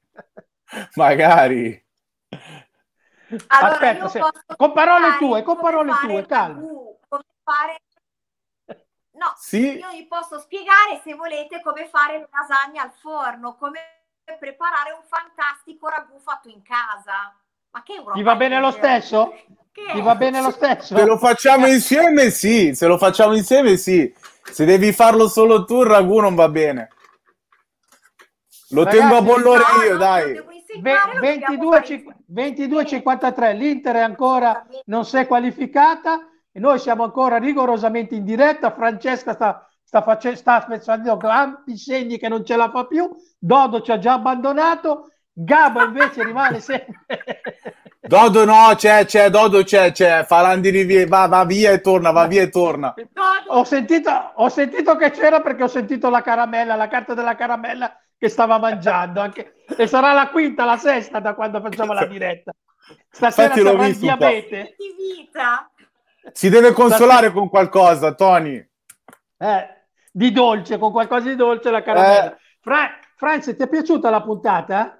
Allora, aspetta, con parole tue, calma. Come fare... No, sì. Io vi posso spiegare, se volete, come fare le lasagne al forno, come preparare un fantastico ragù fatto in casa. Ma che Ti va bene lo stesso? Ti va bene lo stesso? Se lo facciamo insieme, sì. Se devi farlo solo tu, il ragù non va bene. Lo tengo a bollore io, dai. 22-53, l'Inter è ancora non si è qualificata e noi siamo ancora rigorosamente in diretta. Francesca sta facendo grandi segni che non ce la fa più. Dodo ci ha già abbandonato. Gabo invece rimane sempre. Dodo no, c'è, Dodo c'è, Falandi va via e torna. Ho sentito che c'era perché ho sentito la carta della caramella che stava mangiando e sarà la quinta, la sesta da quando facciamo la diretta. Stasera sarà il diabete. Si deve consolare con qualcosa, Tony. Di dolce, con qualcosa di dolce la caramella. Franz, ti è piaciuta la puntata?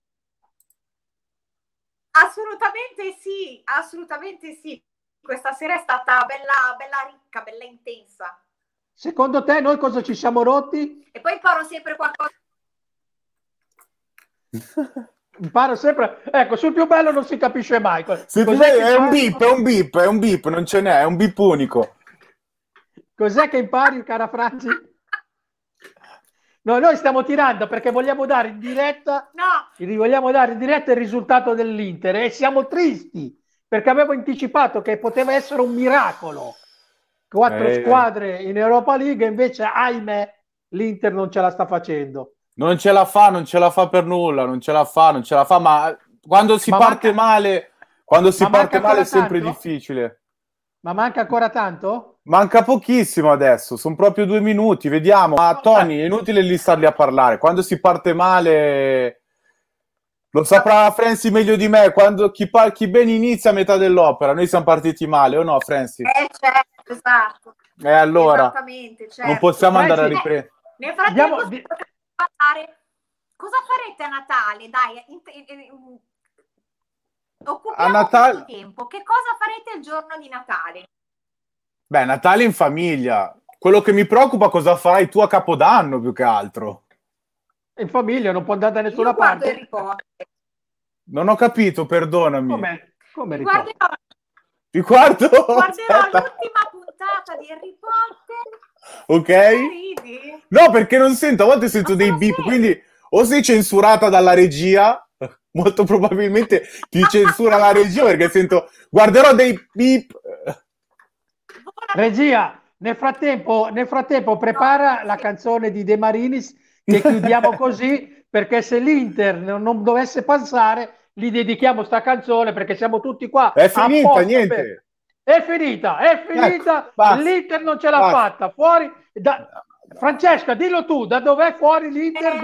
Assolutamente sì. Questa sera è stata bella ricca, bella intensa. Secondo te noi cosa ci siamo rotti? E poi imparo sempre qualcosa. Imparo sempre. Ecco, sul più bello non si capisce mai. È un beep, non ce n'è, è un beep unico. Cos'è che impari, cara Franci? noi stiamo tirando perché vogliamo dare in diretta il risultato dell'Inter e siamo tristi perché avevo anticipato che poteva essere un miracolo. 4 squadre in Europa League, invece ahimè l'Inter non ce la sta facendo. Non ce la fa per nulla, non ce la fa, ma quando si parte male è sempre difficile. Ma manca ancora tanto? Manca pochissimo adesso, sono proprio 2 minuti, vediamo. Ma Tony, è inutile lì starli a parlare. Quando si parte male, lo saprà Franci meglio di me. Quando chi bene inizia a metà dell'opera, noi siamo partiti male, o no, Franci? Certo, esatto. Allora, certo. Non possiamo andare a riprendere. Nel frattempo, cosa farete a Natale? Dai, occupiamo a Natale... tempo. Che cosa farete il giorno di Natale? Beh, Natale in famiglia. Quello che mi preoccupa è cosa farai tu a Capodanno, più che altro. In famiglia, non può andare da nessuna parte. Non ho capito, perdonami. Come ricordo? Guarderò l'ultima puntata di Harry Potter. Ok? No, perché non sento, a volte sento dei beep, quindi o sei censurata dalla regia, molto probabilmente ti censura la regia perché sento, guarderò dei beep. Regia, nel frattempo prepara la canzone di De Marinis che chiudiamo così, perché se l'Inter non dovesse passare gli dedichiamo sta canzone perché siamo tutti qua. È finita, niente. È finita. Ecco, l'Inter non ce l'ha fatta. Fuori Francesca, dillo tu, da dov'è fuori l'Inter?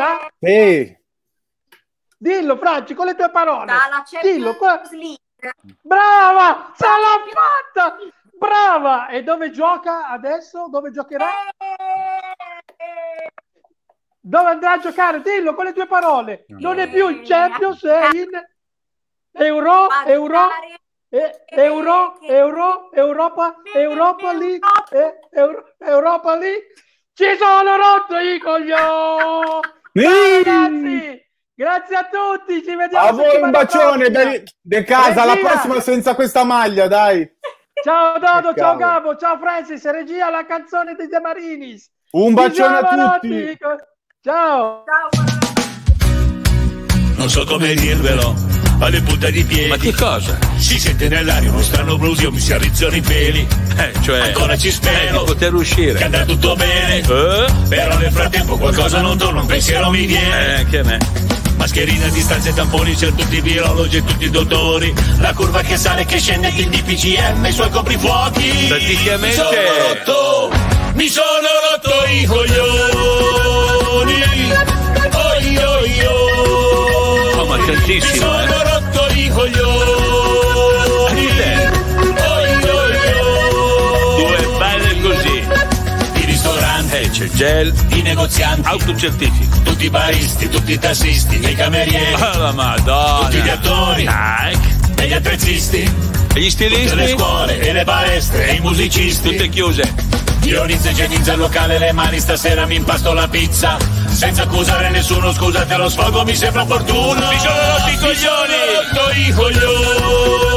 Dillo, Franci, con le tue parole. Dalla Champions League. Brava, ce l'ha fatta. Brava! E dove gioca adesso? Dove giocherà? Dove andrà a giocare? Dillo con le tue parole. Non è più in Champions, è in Europa League. Ci sono rotto i coglioni! Ragazzi, grazie a tutti, ci vediamo. A voi un bacione, De casa, alla prossima senza questa maglia, dai. Ciao Dodo, ciao Gabo, ciao Francis, regia la canzone di De Marinis. Un bacione a tutti. Ciao. Non so come dirvelo, alle punte di piedi. Ma che cosa? Si sente nell'aria uno strano brusio, mi si arrizzano i peli. Cioè, ancora ci spero di poter uscire, che andrà tutto bene. Però nel frattempo qualcosa non torna, un pensiero mi viene. Anche a me. Mascherine a distanza e tamponi, c'è tutti i virologi e tutti i dottori. La curva che sale e che scende, il DPCM, i suoi coprifuochi. Praticamente mi sono rotto i coglioni. Oh, ma tantissimo, mi sono rotto i coglioni. Due belle così. I ristoranti, c'è gel, i negozianti, autocertifico, tutti i baristi, tutti i tassisti, i camerieri, la madonna, tutti gli attori, e gli attrezzisti, e gli stilisti, tutte le scuole e le palestre e i musicisti, tutte chiuse. Io inizio e genizzo il locale, le mani stasera mi impasto la pizza, senza accusare nessuno, scusate lo sfogo, mi sembra opportuno. Mi sono rotto i coglioni. Mi sono rotto i coglioni.